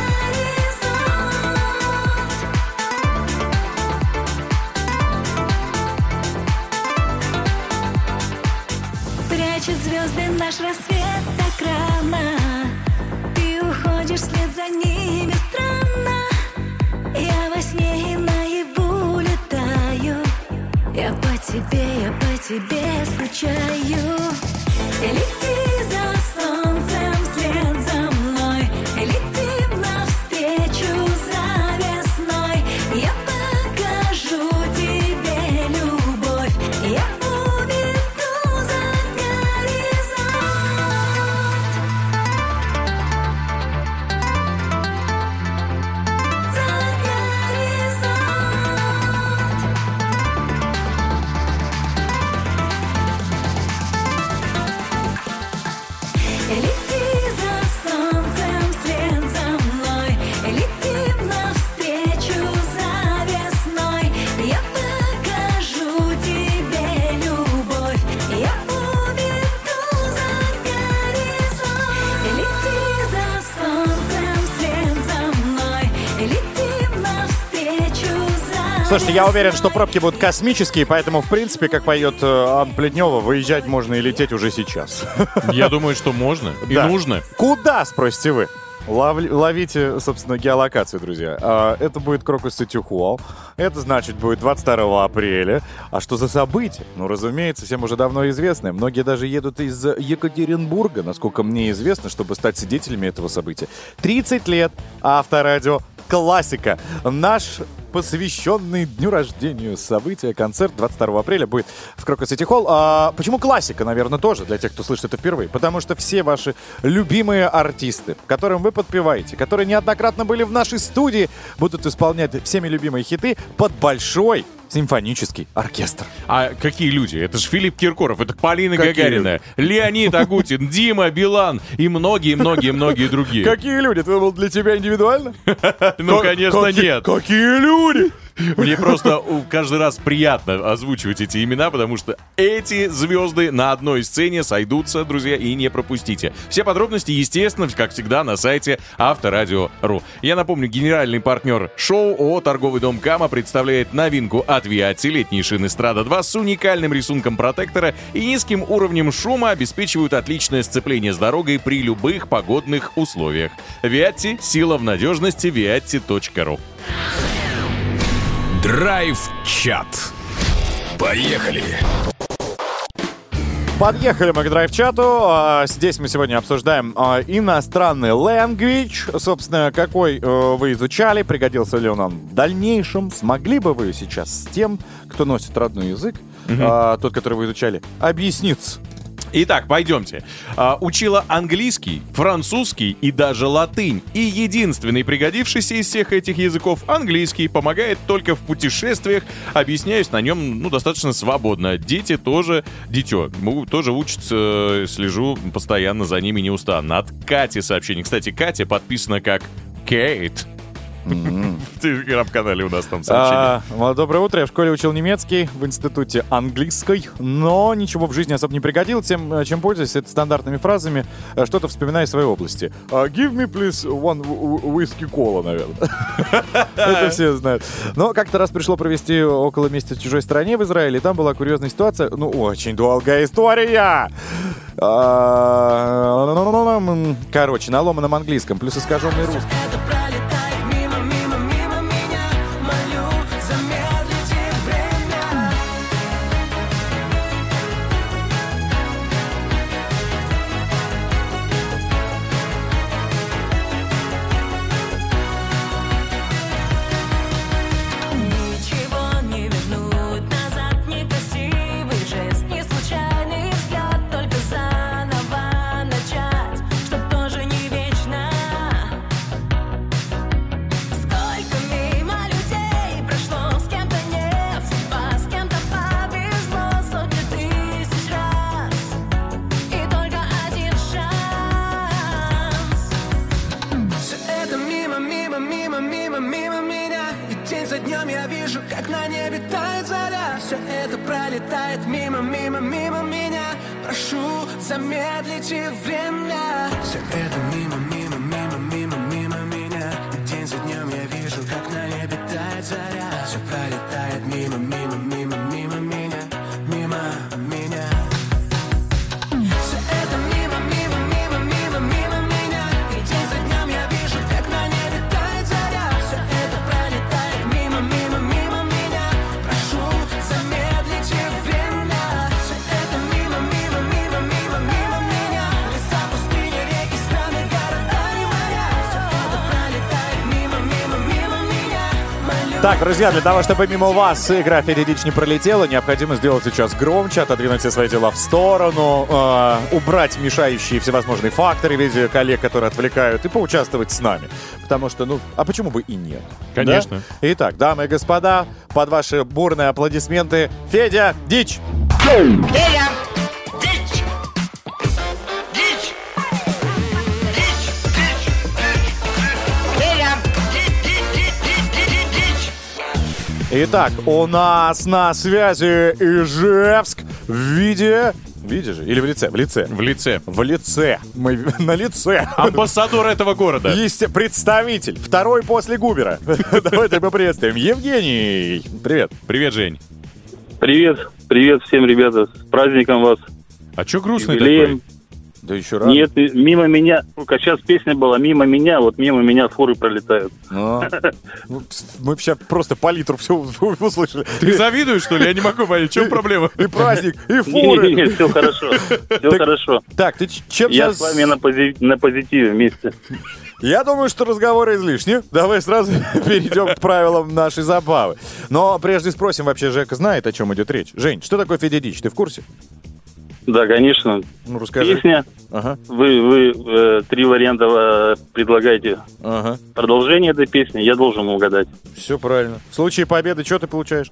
горизонт. Прячет звезды наш рассвет так рано. Ты уходишь вслед за ними странно. Я во сне и наяву летаю. Я по тебе, я по тебе скучаю. Лети за солнцем вслед за мной, лети навстречу за весной. Я покажу тебе любовь, я уведу за горизонт. За горизонт. Лети за солнцем вслед за мной, лети навстречу за весной. Я покажу тебе любовь, я уведу за горизонт. Лети за солнцем вслед за мной, лети навстречу за... Слушайте, я уверен, что пробки будут космические, поэтому, в принципе, как поет э, Анна Плетнева, выезжать можно и лететь уже сейчас. Я думаю, что можно и Да. нужно. Куда, спросите вы? Лов- ловите, собственно, геолокацию, друзья. А, это будет Крокус Сити Холл. Это, значит, будет двадцать второго апреля. А что за событие? Ну, разумеется, всем уже давно известное. Многие даже едут из Екатеринбурга, насколько мне известно, чтобы стать свидетелями этого события. тридцать лет Авторадио. Классика. Наш посвященный дню рождения события. Концерт двадцать второго апреля будет в Крокус Сити Холл. А почему классика, наверное, тоже для тех, кто слышит это впервые? Потому что все ваши любимые артисты, которым вы подпеваете, которые неоднократно были в нашей студии, будут исполнять всеми любимые хиты под большой симфонический оркестр. А какие люди? Это же Филипп Киркоров, это Полина Какие Гагарина, Леонид Агутин, Дима Билан и многие-многие-многие другие. Какие люди? Это был для тебя индивидуально? Ну, конечно, нет. Какие люди? Мне просто каждый раз приятно озвучивать эти имена, потому что эти звезды на одной сцене сойдутся, друзья, и не пропустите. Все подробности, естественно, как всегда, на сайте авторадио точка ру. Я напомню, генеральный партнер шоу ООО «Торговый дом Кама» представляет новинку от Виатти. Летние шины Страда два с уникальным рисунком протектора и низким уровнем шума обеспечивают отличное сцепление с дорогой при любых погодных условиях. Виатти — сила в надежности. виатти точка ру. Драйв-чат. Поехали! Подъехали мы к драйв-чату. Здесь мы сегодня обсуждаем иностранный language. Собственно, какой вы изучали, пригодился ли он нам в дальнейшем. Смогли бы вы сейчас с тем, кто носит родной язык, угу. тот, который вы изучали, объясниться? Итак, пойдемте. А, учила английский, французский и даже латынь. И единственный пригодившийся из всех этих языков, английский, помогает только в путешествиях. Объясняюсь на нем, ну, достаточно свободно. Дети тоже, дитё, тоже учатся, слежу постоянно за ними неустанно. От Кати сообщение. Кстати, Катя подписана как Кейт. В телеграм-канале у нас там сообщение. А, доброе утро. Я в школе учил немецкий, в институте английский, но ничего в жизни особо не пригодилось. Тем, чем пользуюсь, это стандартными фразами, что-то вспоминаю из своей области. Uh, give me, please, one whiskey cola, наверное. Это все знают. Но как-то раз пришло провести около месяца в чужой стране в Израиле, и там была курьезная ситуация. Ну, очень долгая история. Короче, на ломаном английском, плюс искаженный русский. Так, друзья, для того, чтобы мимо вас игра «Федя Дичь» не пролетела, необходимо сделать сейчас громче, отодвинуть все свои дела в сторону, э, убрать мешающие всевозможные факторы в виде коллег, которые отвлекают, и поучаствовать с нами. Потому что, ну, а почему бы и нет? Конечно. Да? Итак, дамы и господа, под ваши бурные аплодисменты, Федя Дичь! Федя Дичь! Дичь! Итак, у нас на связи Ижевск в виде... В виде же? Или в лице? В лице. В лице. В лице. Мы на лице. Амбассадор этого города. Есть представитель. Второй после Губера. Давайте поприветствуем. Евгений. Привет. Привет, Жень. Привет. Привет всем, ребята. С праздником вас. А чё грустный Юбилеем. такой? Да еще рано. Нет, мимо меня, как сейчас песня была, мимо меня, вот мимо меня фуры пролетают. А, ну, мы сейчас просто по литру все услышали. Ты завидуешь, что ли? Я не могу понять, в чем проблема? И праздник, и фуры. Не, все хорошо, все хорошо. Так, ты чем Я сейчас... с вами на, пози... на позитиве вместе. Я думаю, что разговоры излишни. Давай сразу перейдем к правилам нашей забавы. Но прежде спросим, вообще Жека знает, о чем идет речь. Жень, что такое Федя Дичь? Ты в курсе? Да, конечно. Ну, расскажи. Песня. Ага. Вы, вы э, три варианта э, предлагаете. Ага. Продолжение этой песни. Я должен угадать. Все правильно. В случае победы что ты получаешь?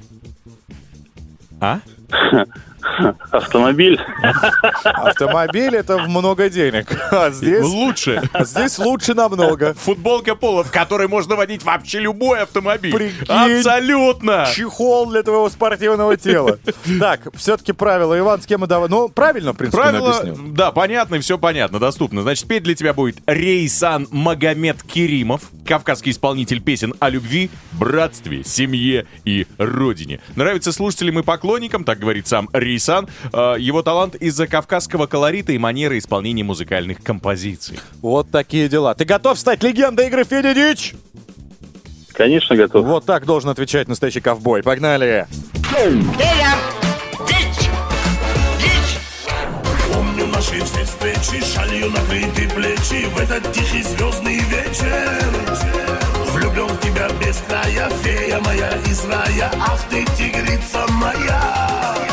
А? Автомобиль. Автомобиль — это много денег. А здесь... Лучше. А здесь лучше намного. Футболка Поло, в которой можно водить вообще любой автомобиль. Прикинь. Абсолютно. Чехол для твоего спортивного тела. Так, все-таки правила. Иван, с кем мы давай... Ну, правильно, в принципе, Правила, объяснил. да, понятно, и все понятно, доступно. Значит, петь для тебя будет Рейсан Магомед Керимов, кавказский исполнитель песен о любви, братстве, семье и родине. Нравится слушателям и поклонникам, так говорит сам Рейсан. Его талант из-за кавказского колорита и манеры исполнения музыкальных композиций. Вот такие дела. Ты готов стать легендой игры Федя Дичь? Конечно, готов. Вот так должен отвечать настоящий ковбой. Погнали! Федя! Дичь! Дичь! Помню наши все встречи, шалью накрыты плечи в этот тихий звездный вечер. Влюблен в тебя без края, фея моя из рая, ах ты тигрица моя.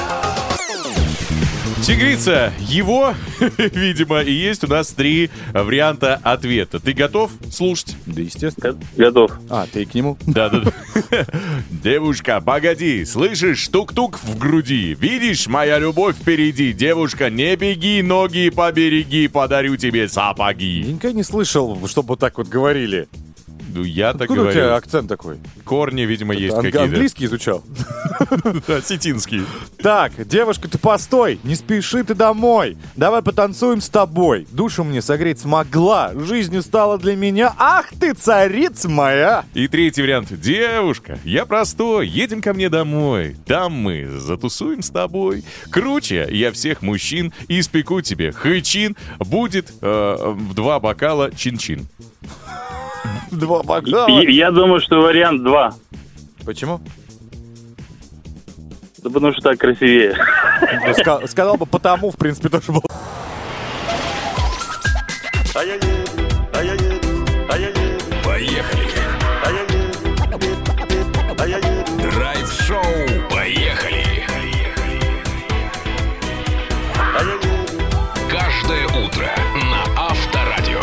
Тигрица, его, видимо, и есть у нас три варианта ответа. Ты готов слушать? Да, естественно. Готов. А, ты к нему? Да-да-да. Девушка, погоди, слышишь, тук-тук в груди. Видишь, моя любовь впереди. Девушка, не беги, ноги побереги, подарю тебе сапоги. Я никогда не слышал, чтобы вот так вот говорили. Ну, я так Откуда у тебя говорю. акцент такой? Корни, видимо, есть Ан- какие-то. Английский изучал? Осетинский. Так, девушка, ты постой, не спеши ты домой. Давай потанцуем с тобой. Душу мне согреть смогла, жизнью стала для меня. Ах ты, царица моя! И третий вариант. Девушка, я простой, едем ко мне домой. Там мы затусуем с тобой. Круче я всех мужчин, испеку тебе хычин. Будет э, в два бокала чин-чин. Два бокала. И- Я думаю, что вариант два. Почему? Да потому что так красивее. Ну, ска- Сказал бы, потому, в принципе, тоже был. Поехали. Драйв-шоу. Поехали. Каждое утро на Авторадио.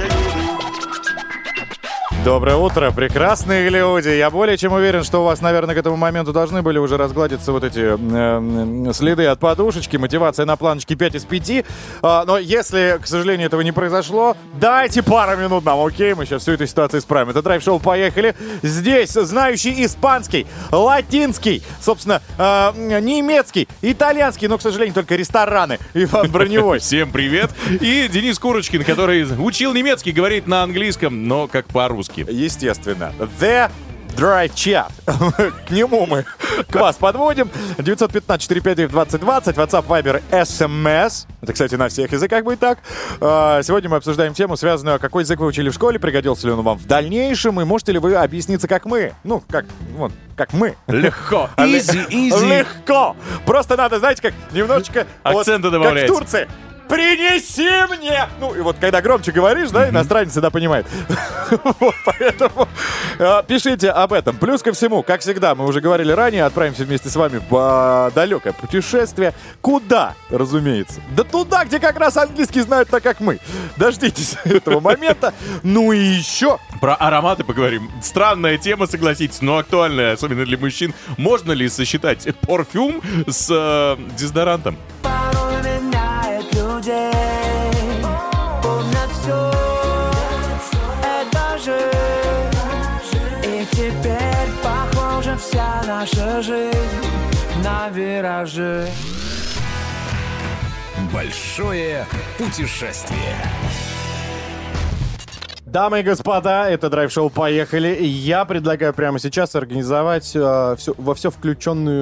Доброе утро, прекрасные люди. Я более чем уверен, что у вас, наверное, к этому моменту должны были уже разгладиться вот эти э, следы от подушечки, мотивация на планочке пять из пяти. А, но если, к сожалению, этого не произошло, дайте пару минут нам, окей? Мы сейчас всю эту ситуацию исправим. Это драйв-шоу «Поехали». Здесь знающий испанский, латинский, собственно, э, немецкий, итальянский, но, к сожалению, только рестораны. Иван Броневой. Всем привет. И Денис Курочкин, который учил немецкий, говорит на английском, но как по-русски. Естественно. The Drive Chat. К нему мы к вас подводим. девятьсот пятнадцать четыре пять девять двадцать двадцать. WhatsApp, Viber, эс эм эс. Это, кстати, на всех языках будет так. А, Сегодня мы обсуждаем тему, связанную, какой язык вы учили в школе, пригодился ли он вам в дальнейшем, и можете ли вы объясниться, как мы. Ну, как, вот, как мы. Легко. А ле- Easy, easy. Легко. Просто надо, знаете, как немножечко... вот, Акцента как добавляете. в Турции. Принеси мне! Ну, и вот когда громче говоришь, да, иностранец всегда понимает. Вот, поэтому э, пишите об этом. Плюс ко всему, как всегда, мы уже говорили ранее, отправимся вместе с вами в э, далекое путешествие. Куда, разумеется? Да туда, где как раз английский знают так, как мы. Дождитесь этого момента. Ну и еще... Про ароматы поговорим. Странная тема, согласитесь, но актуальная, особенно для мужчин. Можно ли сосчитать парфюм с э, дезодорантом? Порой меняет людей. Помнят все, это жизнь. И теперь похожа вся наша жизнь на виражи. Большое путешествие. Дамы и господа, это драйв-шоу «Поехали». И я предлагаю прямо сейчас организовать э, всё- во все включенную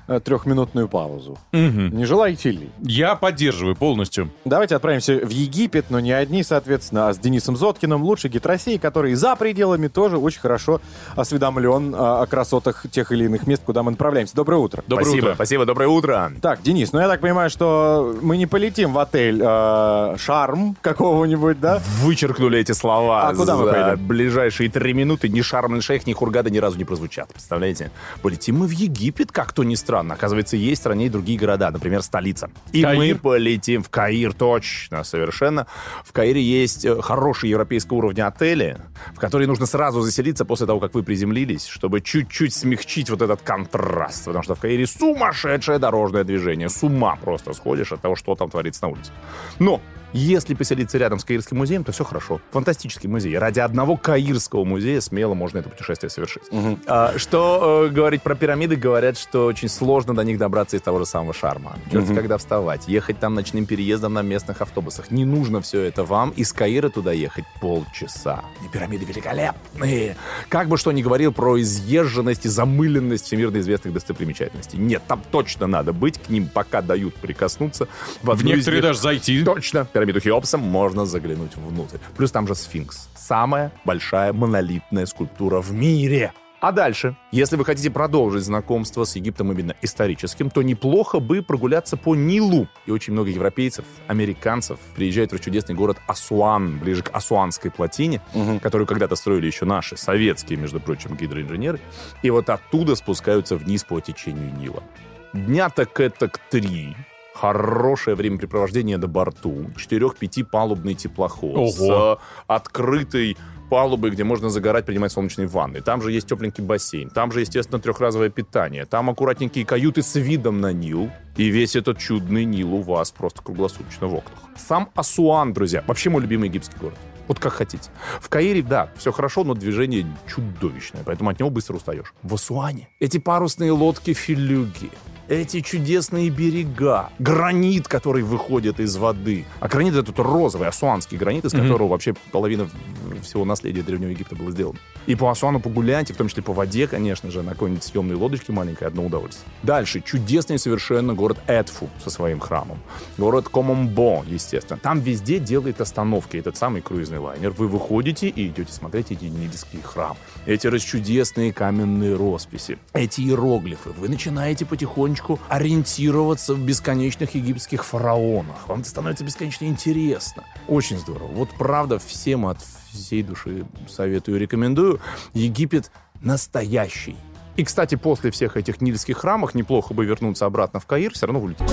э, трехминутную паузу. Мгм. Не желаете ли? Я поддерживаю полностью. Давайте отправимся в Египет, но не одни, соответственно, а с Денисом Зоткиным, лучший гид России, который за пределами тоже очень хорошо осведомлен а, о красотах тех или иных мест, куда мы направляемся. Доброе утро. Доброе спасибо, утро. спасибо, доброе утро. Так, Денис, ну я так понимаю, что мы не полетим в отель э, «Шарм» какого-нибудь, да? Вычеркнули эти слова. А куда мы За поедем? ближайшие три минуты ни Шарм-эль-Шейх, ни Хургада ни разу не прозвучат. Представляете? Полетим мы в Египет, как то ни странно. Оказывается, есть в стране и другие города, например, столица. И Каир? мы полетим в Каир, точно, совершенно. В Каире есть э, хорошие европейского уровня отели, в которые нужно сразу заселиться после того, как вы приземлились, чтобы чуть-чуть смягчить вот этот контраст. Потому что в Каире сумасшедшее дорожное движение. С ума просто сходишь от того, что там творится на улице. Но если поселиться рядом с Каирским музеем, то все хорошо. Фантастический музей. Ради одного Каирского музея смело можно это путешествие совершить. А, что э, говорить про пирамиды? Говорят, что очень сложно до них добраться из того же самого Шарма. Черт, когда вставать. Ехать там ночным переездом на местных автобусах. Не нужно все это вам. Из Каира туда ехать полчаса. И пирамиды великолепные. Как бы что ни говорил про изъезженность и замыленность всемирно известных достопримечательностей. Нет, там точно надо быть. К ним пока дают прикоснуться. В, В некоторые даже зайти. Точно. Пирамиду Хеопса можно заглянуть внутрь. Плюс там же сфинкс. Самая большая монолитная скульптура в мире. А дальше, если вы хотите продолжить знакомство с Египтом именно историческим, то неплохо бы прогуляться по Нилу. И очень много европейцев, американцев приезжают в чудесный город Асуан, ближе к Асуанской плотине, угу. которую когда-то строили еще наши, советские, между прочим, гидроинженеры. И вот оттуда спускаются вниз по течению Нила. Дня так это к три. Хорошее времяпрепровождение на борту. Четырех-пятипалубный теплоход. Ого. С э, открытой палубой, где можно загорать, принимать солнечные ванны. Там же есть тепленький бассейн. Там же, естественно, трехразовое питание. Там аккуратненькие каюты с видом на Нил. И весь этот чудный Нил у вас просто круглосуточно в окнах. Сам Асуан, друзья, вообще мой любимый египетский город. Вот как хотите. В Каире, да, все хорошо, но движение чудовищное, поэтому от него быстро устаешь. В Асуане эти парусные лодки-филюги, эти чудесные берега, гранит, который выходит из воды. А гранит — это тот розовый асуанский гранит, из которого mm-hmm. вообще половина всего наследия Древнего Египта было сделано. И по Асуану погуляйте, в том числе по воде, конечно же, на какой-нибудь съемной лодочке маленькой, одно удовольствие. Дальше, чудесный совершенно город Эдфу со своим храмом. Город Комомбо, естественно. Там везде делает остановки этот самый круизный лайнер. Вы выходите и идете смотреть эти нильские храмы. Эти расчудесные каменные росписи. Эти иероглифы. Вы начинаете потихоньку ориентироваться в бесконечных египетских фараонах. Вам это становится бесконечно интересно. Очень здорово. Вот правда, всем от всей души советую и рекомендую. Египет настоящий. И, кстати, после всех этих нильских храмов неплохо бы вернуться обратно в Каир, все равно улететь.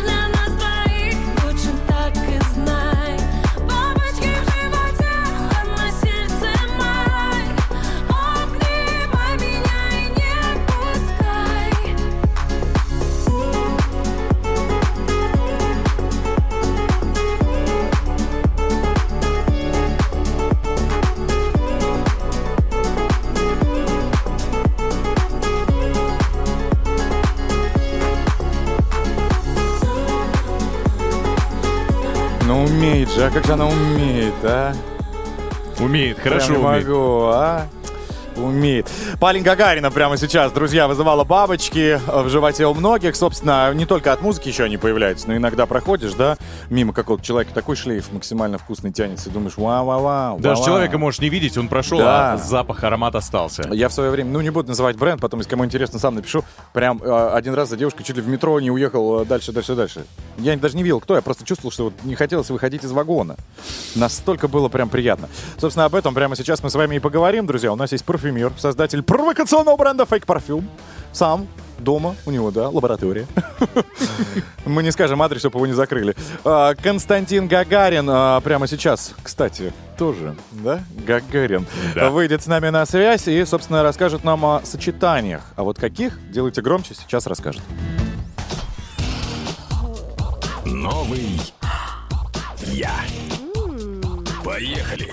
Умеет же, а как же она умеет, а? Умеет, хорошо Прям не умеет. могу, а? Умеет. Полина Гагарина прямо сейчас, друзья, вызывала бабочки в животе у многих. Собственно, не только от музыки еще они появляются, но иногда проходишь, да, мимо какого-то человека, такой шлейф максимально вкусный тянется, и думаешь, вау-вау-вау. Даже вау-вау. человека можешь не видеть, он прошел, Да. а запах, аромат остался. Я в свое время, ну, не буду называть бренд, потом, если кому интересно, сам напишу. Прям э, один раз за девушкой чуть ли в метро не уехал э, дальше, дальше, дальше. Я даже не видел, кто, я просто чувствовал, что вот не хотелось выходить из вагона. Настолько было прям приятно. Собственно, об этом прямо сейчас мы с вами и поговорим, друзья. У нас есть парфюмер, создатель провокационного бренда Fake Parfum. Сам дома, у него, да, лаборатория. Мы не скажем адрес, чтобы его не закрыли. Константин Гагарин прямо сейчас, кстати, тоже, да, Гагарин, Да. выйдет с нами на связь и, собственно, расскажет нам о сочетаниях. А вот каких, делайте громче, сейчас расскажет. Новый я. Поехали.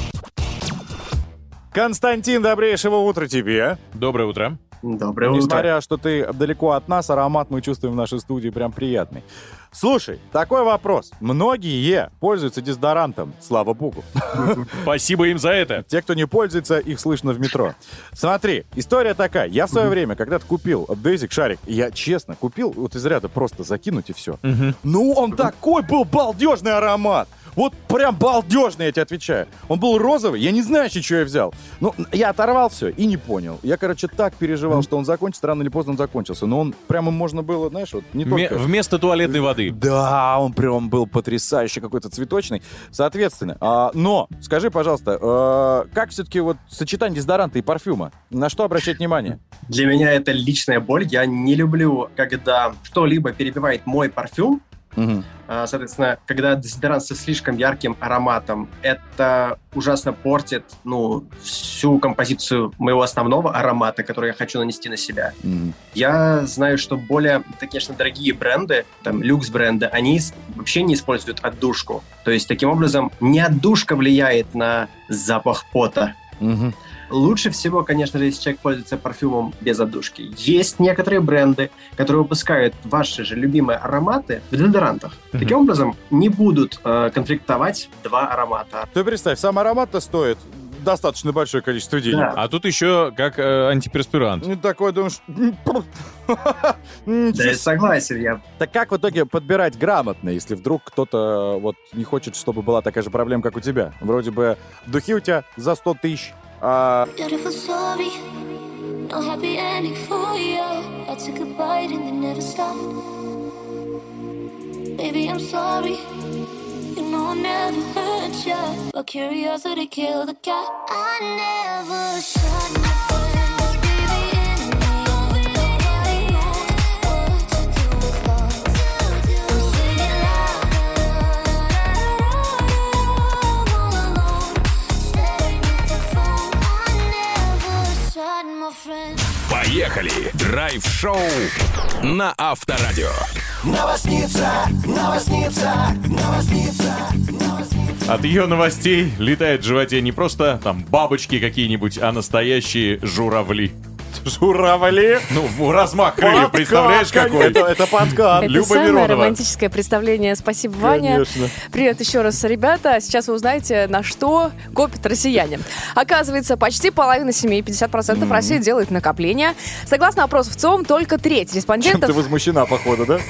Константин, добрейшего утра тебе. Доброе утро. Доброе утро. Несмотря, что ты далеко от нас, аромат мы чувствуем в нашей студии прям приятный. Слушай, такой вопрос. Многие пользуются дезодорантом, слава богу. Спасибо им за это. Те, кто не пользуется, их слышно в метро. Смотри, история такая. Я в свое время когда-то купил Basic шарик. Я честно купил, вот из ряда просто закинуть и все. Ну, он такой был балдежный аромат. Вот прям балдежный, я тебе отвечаю. Он был розовый, я не знаю, еще, что я взял. Ну, я оторвал все и не понял. Я, короче, так переживал, что он закончится, рано или поздно он закончился. Но он прямо можно было, знаешь, вот не Ме- только... Вместо туалетной воды. Да, он прям был потрясающий, какой-то цветочный. Соответственно, а, но, скажи, пожалуйста, а, как все-таки вот сочетание дезодоранта и парфюма? На что обращать внимание? Для меня это личная боль. Я не люблю, когда что-либо перебивает мой парфюм. Угу. Соответственно, когда дезодорант со слишком ярким ароматом, это ужасно портит, ну, всю композицию моего основного аромата, который я хочу нанести на себя. Mm. Я знаю, что более, конечно, дорогие бренды, там, люкс-бренды, они вообще не используют отдушку. То есть, таким образом, не отдушка влияет на запах пота. Mm-hmm. Лучше всего, конечно же, если человек пользуется парфюмом без отдушки. Есть некоторые бренды, которые выпускают ваши же любимые ароматы в дезодорантах. Mm-hmm. Таким образом, не будут э, конфликтовать два аромата. Ты представь, сам аромат-то стоит достаточно большое количество денег. Да. А тут еще как э, антиперспирант. Ну, такой, думаешь... Да, я согласен. Я... Так как в итоге подбирать грамотно, если вдруг кто-то вот не хочет, чтобы была такая же проблема, как у тебя? Вроде бы духи у тебя за сто тысяч, а... Beautiful story, no happy ending for you. I took a bite and then never stopped. Baby, I'm sorry, you know I never hurt you, but curiosity killed the cat. I never shot my friends, baby, in the end. Nobody knows what to do with love. I'm singing loud, I'm all alone, staring at the phone. I never shot my friends. Поехали! Драйв-шоу на Авторадио. Новосница, новосница, новосница, новосница. От ее новостей летает в животе не просто там бабочки какие-нибудь, а настоящие журавли. Журавли? Ну, размах крыльев, представляешь, какой? Это, это подкат. Это Люба самое Миронова. романтическое представление. Спасибо, Ваня. Конечно. Привет еще раз, ребята. Сейчас вы узнаете, на что копят россияне. Оказывается, почти половина семей, пятьдесят процентов Mm-hmm. России делает накопления. Согласно опросу в ЦИОМ, только треть Чем респондентов... ты возмущена, походу, да?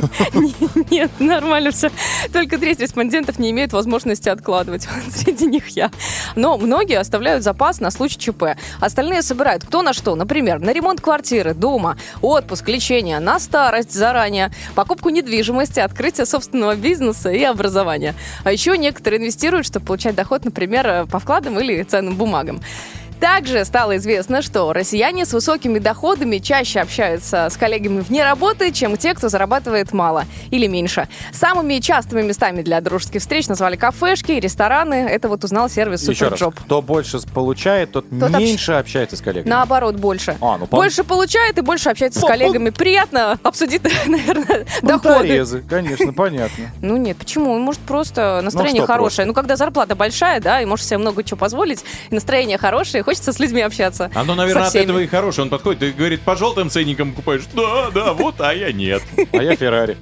Нет, нормально все. Только треть респондентов не имеют возможности откладывать. Среди них я. Но многие оставляют запас на случай ЧП. Остальные собирают кто на что. Например, на ремонт квартиры, дома, отпуск, лечение, на старость заранее, покупку недвижимости, открытие собственного бизнеса и образования. А еще некоторые инвестируют, чтобы получать доход, например, по вкладам или ценным бумагам. Также стало известно, что россияне с высокими доходами чаще общаются с коллегами вне работы, чем те, кто зарабатывает мало или меньше. Самыми частыми местами для дружеских встреч назвали кафешки и рестораны. Это вот узнал сервис Еще раз, Суперджоп. кто больше получает, тот, Тот меньше общается с коллегами. Наоборот, больше. А, ну, пон- Больше получает и больше общается с Пон- коллегами. Приятно обсудить, наверное, доходы. Понторезы, конечно, понятно. Ну нет, почему? Может, просто настроение что хорошее. просто? Ну, когда зарплата большая, да, и можешь себе много чего позволить, и настроение хорошее, хочется с людьми общаться. Оно, наверное, Со от всеми. этого и хорошее. Он подходит и говорит, по желтым ценникам покупаешь. Да, да, вот, а я нет. А я Феррари.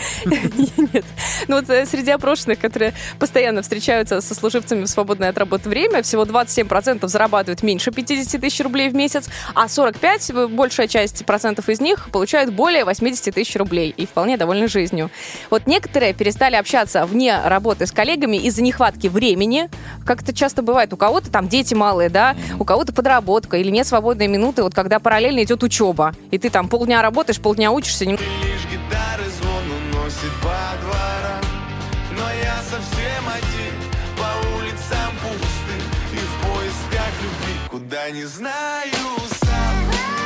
Нет. Ну вот э, среди опрошенных, которые постоянно встречаются со служивцами в свободное от работы время, всего двадцать семь процентов зарабатывают меньше пятьдесят тысяч рублей в месяц, а сорок пять, большая часть процентов из них, получают более восемьдесят тысяч рублей и вполне довольны жизнью. Вот некоторые перестали общаться вне работы с коллегами из-за нехватки времени. Как это часто бывает, у кого-то там дети малые, да, у кого-то подработка или нет свободной минуты, вот когда параллельно идет учеба, и ты там полдня работаешь, полдня учишься. Не... Лишь гитары звон уносит по дворам, но я совсем один, по улицам пусты и в поисках любви, куда не знаю сам.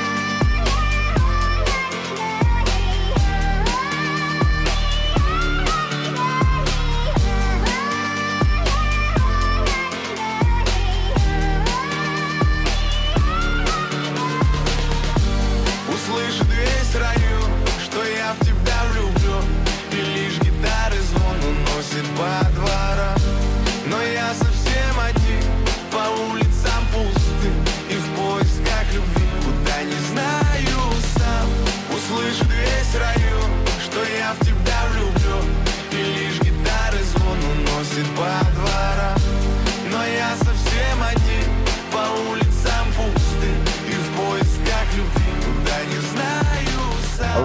Услышит весь район, что я в тебя влюблю, и лишь гитары звон уносит по дворам, но я совсем один, по улицам пусты и в поисках любви.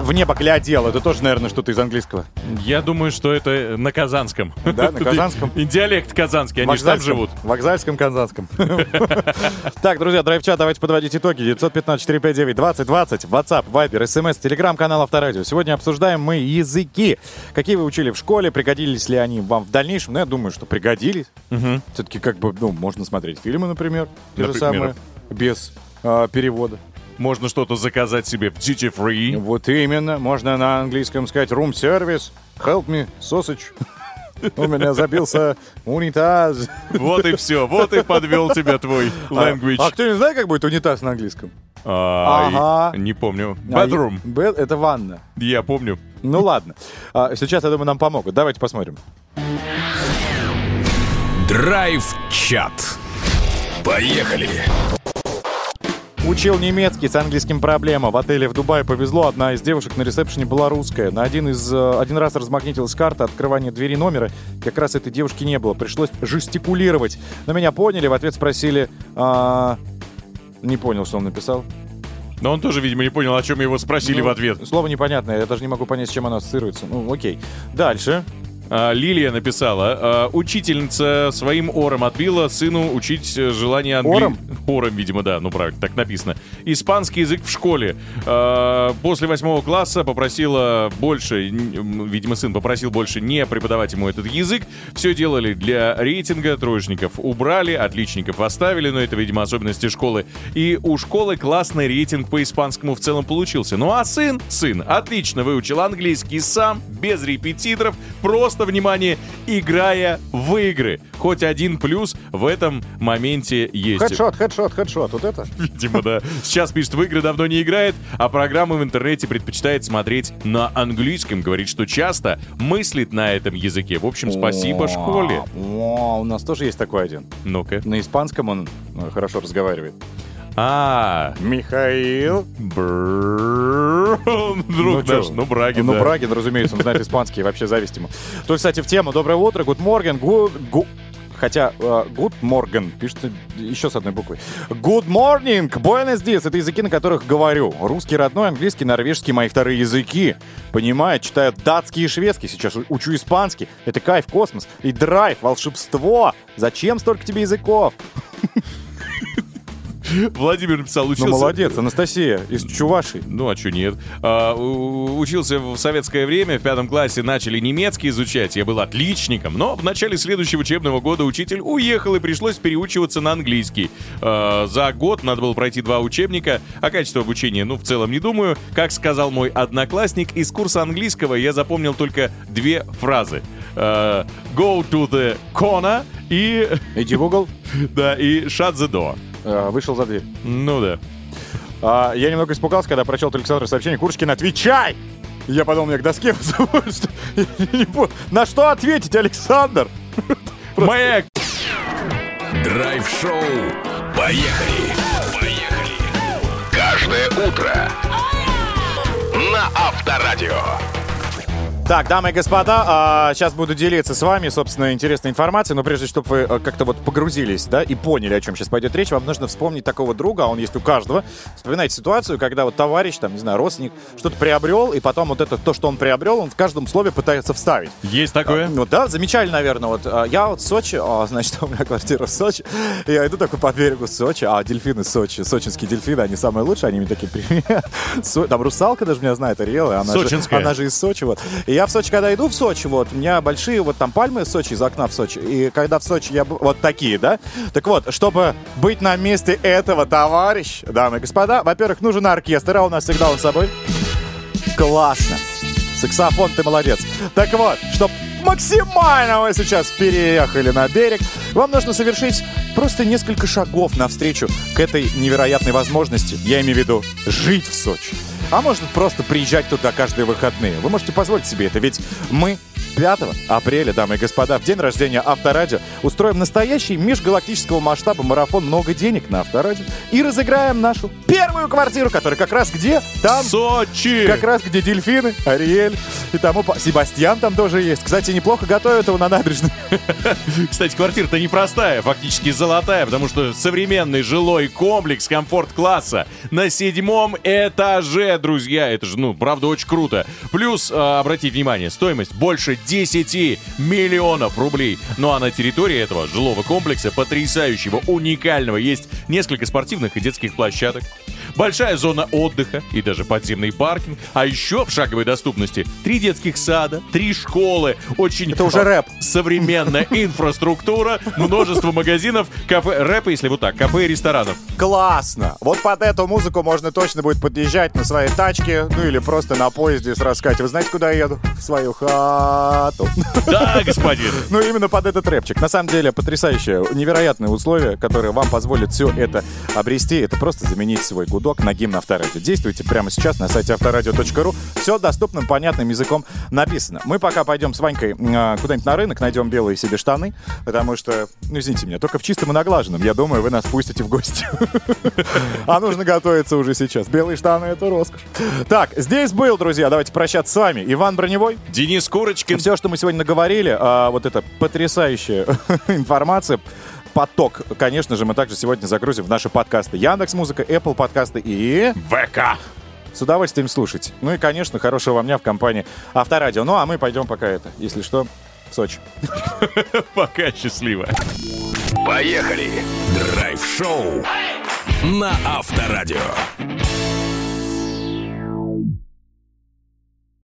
в небо глядел. Это тоже, наверное, что-то из английского. Я думаю, что это на казанском. Да, на казанском. Диалект казанский, они же там живут. В вокзальском, казанском. Так, друзья, драйв-чат, давайте подводить итоги. девять один пять четыре пять девять двадцать двадцать, WhatsApp, Viber, СМС, Телеграм-канал Авторадио. Сегодня обсуждаем мы языки. Какие вы учили в школе, пригодились ли они вам в дальнейшем? Ну, я думаю, что пригодились. Угу. Все-таки, как бы, ну, можно смотреть фильмы, например, те Например. же самые, без э, перевода. Можно что-то заказать себе в Duty Free. Вот именно. Можно на английском сказать room service, help me, sausage. У меня забился унитаз. Вот и все. Вот и подвел тебя твой language. А, а кто не знает, как будет унитаз на английском? А, Ага. и- Не помню. А, Bathroom. б- Это ванна. Я помню. Ну ладно. А, сейчас, я думаю, нам помогут. Давайте посмотрим. Драйв-чат. Поехали. Учил немецкий, с английским проблема. В отеле в Дубае повезло. Одна из девушек на ресепшене была русская. На один, из, э, один раз размагнитилась карта открывания двери номера. Как раз этой девушки не было. Пришлось жестикулировать. Но меня поняли. В ответ спросили... а, Не понял, что он написал. Но он тоже, видимо, не понял, о чем его спросили Ну, в ответ. Слово непонятное. Я даже не могу понять, с чем оно ассоциируется. Ну, окей. Дальше. А, Лилия написала, а, учительница своим ором отбила сыну учить э, желание английского. Ором? Ором, видимо, да, ну правильно, так написано. Испанский язык в школе. А, после восьмого класса попросила больше, н- видимо, сын попросил больше не преподавать ему этот язык. Все делали для рейтинга, троечников убрали, отличников оставили, но это, видимо, особенности школы. И у школы классный рейтинг по испанскому в целом получился. Ну а сын, сын отлично выучил английский сам, без репетиторов, просто, внимание, играя в игры. Хоть один плюс в этом моменте есть. Хедшот, хедшот, хедшот. Вот это? Видимо, да. Сейчас пишет, в игры давно не играет, а программы в интернете предпочитает смотреть на английском. Говорит, что часто мыслит на этом языке. В общем, спасибо школе. О, у нас тоже есть такой один. Ну-ка. На испанском он э, хорошо разговаривает. А, Михаил. Брррр. Друг чё? наш, ну Брагин, Ну, да. Брагин, разумеется, он знает испанский, вообще зависть ему. Тут, кстати, в тему. Доброе утро, good morning, good... good... Хотя э, good morning пишется еще с одной буквой. Good morning, buenos dias. Это языки, на которых говорю. Русский родной, английский, норвежский — мои вторые языки. Понимаю, читаю датский и шведский. Сейчас учу испанский. Это кайф, космос. И драйв, волшебство. Зачем столько тебе языков? Владимир написал, учился... Ну, молодец, Анастасия из Чувашии. Ну, а что нет? А, у- учился в советское время, в пятом классе начали немецкий изучать, я был отличником, но в начале следующего учебного года учитель уехал и пришлось переучиваться на английский. А, за год надо было пройти два учебника, а качество обучения, ну, в целом не думаю. Как сказал мой одноклассник, из курса английского я запомнил только две фразы. А, go to the corner и... Иди в угол. Да, и shut the door. А, вышел за дверь. Ну да. А, я немного испугался, когда прочел от Александра сообщение: Курочкин, отвечай! Я подумал, меня к доске вызывают, что... я не понял. На что ответить, Александр? Маяк! Драйв-шоу. Поехали. Поехали. Каждое утро на Авторадио. Так, дамы и господа, а, сейчас буду делиться с вами, собственно, интересной информацией, но прежде, чтобы вы а, как-то вот погрузились, да, и поняли, о чем сейчас пойдет речь, вам нужно вспомнить такого друга, а он есть у каждого. Вспоминайте ситуацию, когда вот товарищ, там, не знаю, родственник, что-то приобрел, и потом вот это, то, что он приобрел, он в каждом слове пытается вставить. Есть такое? А, ну да, замечательно, наверное. Вот а, я вот в Сочи, а, значит, у меня квартира в Сочи, и я иду такой по берегу Сочи, а дельфины Сочи, сочинские дельфины, они самые лучшие, они мне такие, привет. Со- Там русалка даже меня знает, Ариэла, она же, Сочинская. она же из Сочи, вот. И я в Сочи, когда иду в Сочи, вот, у меня большие вот там пальмы из Сочи, из окна в Сочи, и когда в Сочи я был, вот такие, да? Так вот, чтобы быть на месте этого товарища, дамы и господа, во-первых, нужен оркестр, а у нас всегда он с собой. Классно. Саксофон, ты молодец. Так вот, чтобы максимально вы сейчас переехали на берег, вам нужно совершить просто несколько шагов навстречу к этой невероятной возможности. Я имею в виду жить в Сочи. А может просто приезжать туда каждые выходные. Вы можете позволить себе это, ведь мы пятого апреля, дамы и господа, в день рождения Авторадио, устроим настоящий межгалактического масштаба марафон «Много денег» на Авторадио и разыграем нашу первую квартиру, которая как раз где? Там. Сочи! Как раз где дельфины, Ариэль и тому... по- Себастьян там тоже есть. Кстати, неплохо готовят его на набережной. Кстати, квартира-то непростая, фактически золотая, потому что современный жилой комплекс комфорт-класса на седьмом этаже, друзья. Это же, ну, правда, очень круто. Плюс, э, обратите внимание, стоимость больше десять миллионов рублей. Ну а на территории этого жилого комплекса, потрясающего, уникального, есть несколько спортивных и детских площадок, большая зона отдыха и даже подземный паркинг. А еще в шаговой доступности три детских сада, три школы, очень... Это уже рэп. Современная инфраструктура, множество магазинов, кафе, рэп, если вот так, кафе и ресторанов. Классно! Вот под эту музыку можно точно будет подъезжать на своей тачке, ну или просто на поезде сразу сказать: вы знаете, куда я еду? В свою хату. Да, господин. Ну именно под этот рэпчик. На самом деле потрясающее, невероятные условия, которые вам позволят все это обрести. Это просто заменить свой гудок на гимн Авторадио. Действуйте прямо сейчас на сайте авторадио точка ру. Все доступным, понятным языком написано. Мы пока пойдем с Ванькой э, куда-нибудь на рынок, найдем белые себе штаны, потому что, ну извините меня, только в чистом и наглаженном, я думаю, вы нас пустите в гости. А нужно готовиться уже сейчас. Белые штаны — это роскошь. Так, здесь был, друзья, давайте прощаться с вами. Иван Броневой. Денис Курочкин. Все, что мы сегодня наговорили, а, вот эта потрясающая информация, поток, конечно же, мы также сегодня загрузим в наши подкасты. Яндекс.Музыка, Apple подкасты и... ВК. С удовольствием слушать. Ну и, конечно, хорошего вам дня в компании Авторадио. Ну, а мы пойдем пока это, если что, в Сочи. Пока, счастливо. Поехали! Драйв-шоу на Авторадио.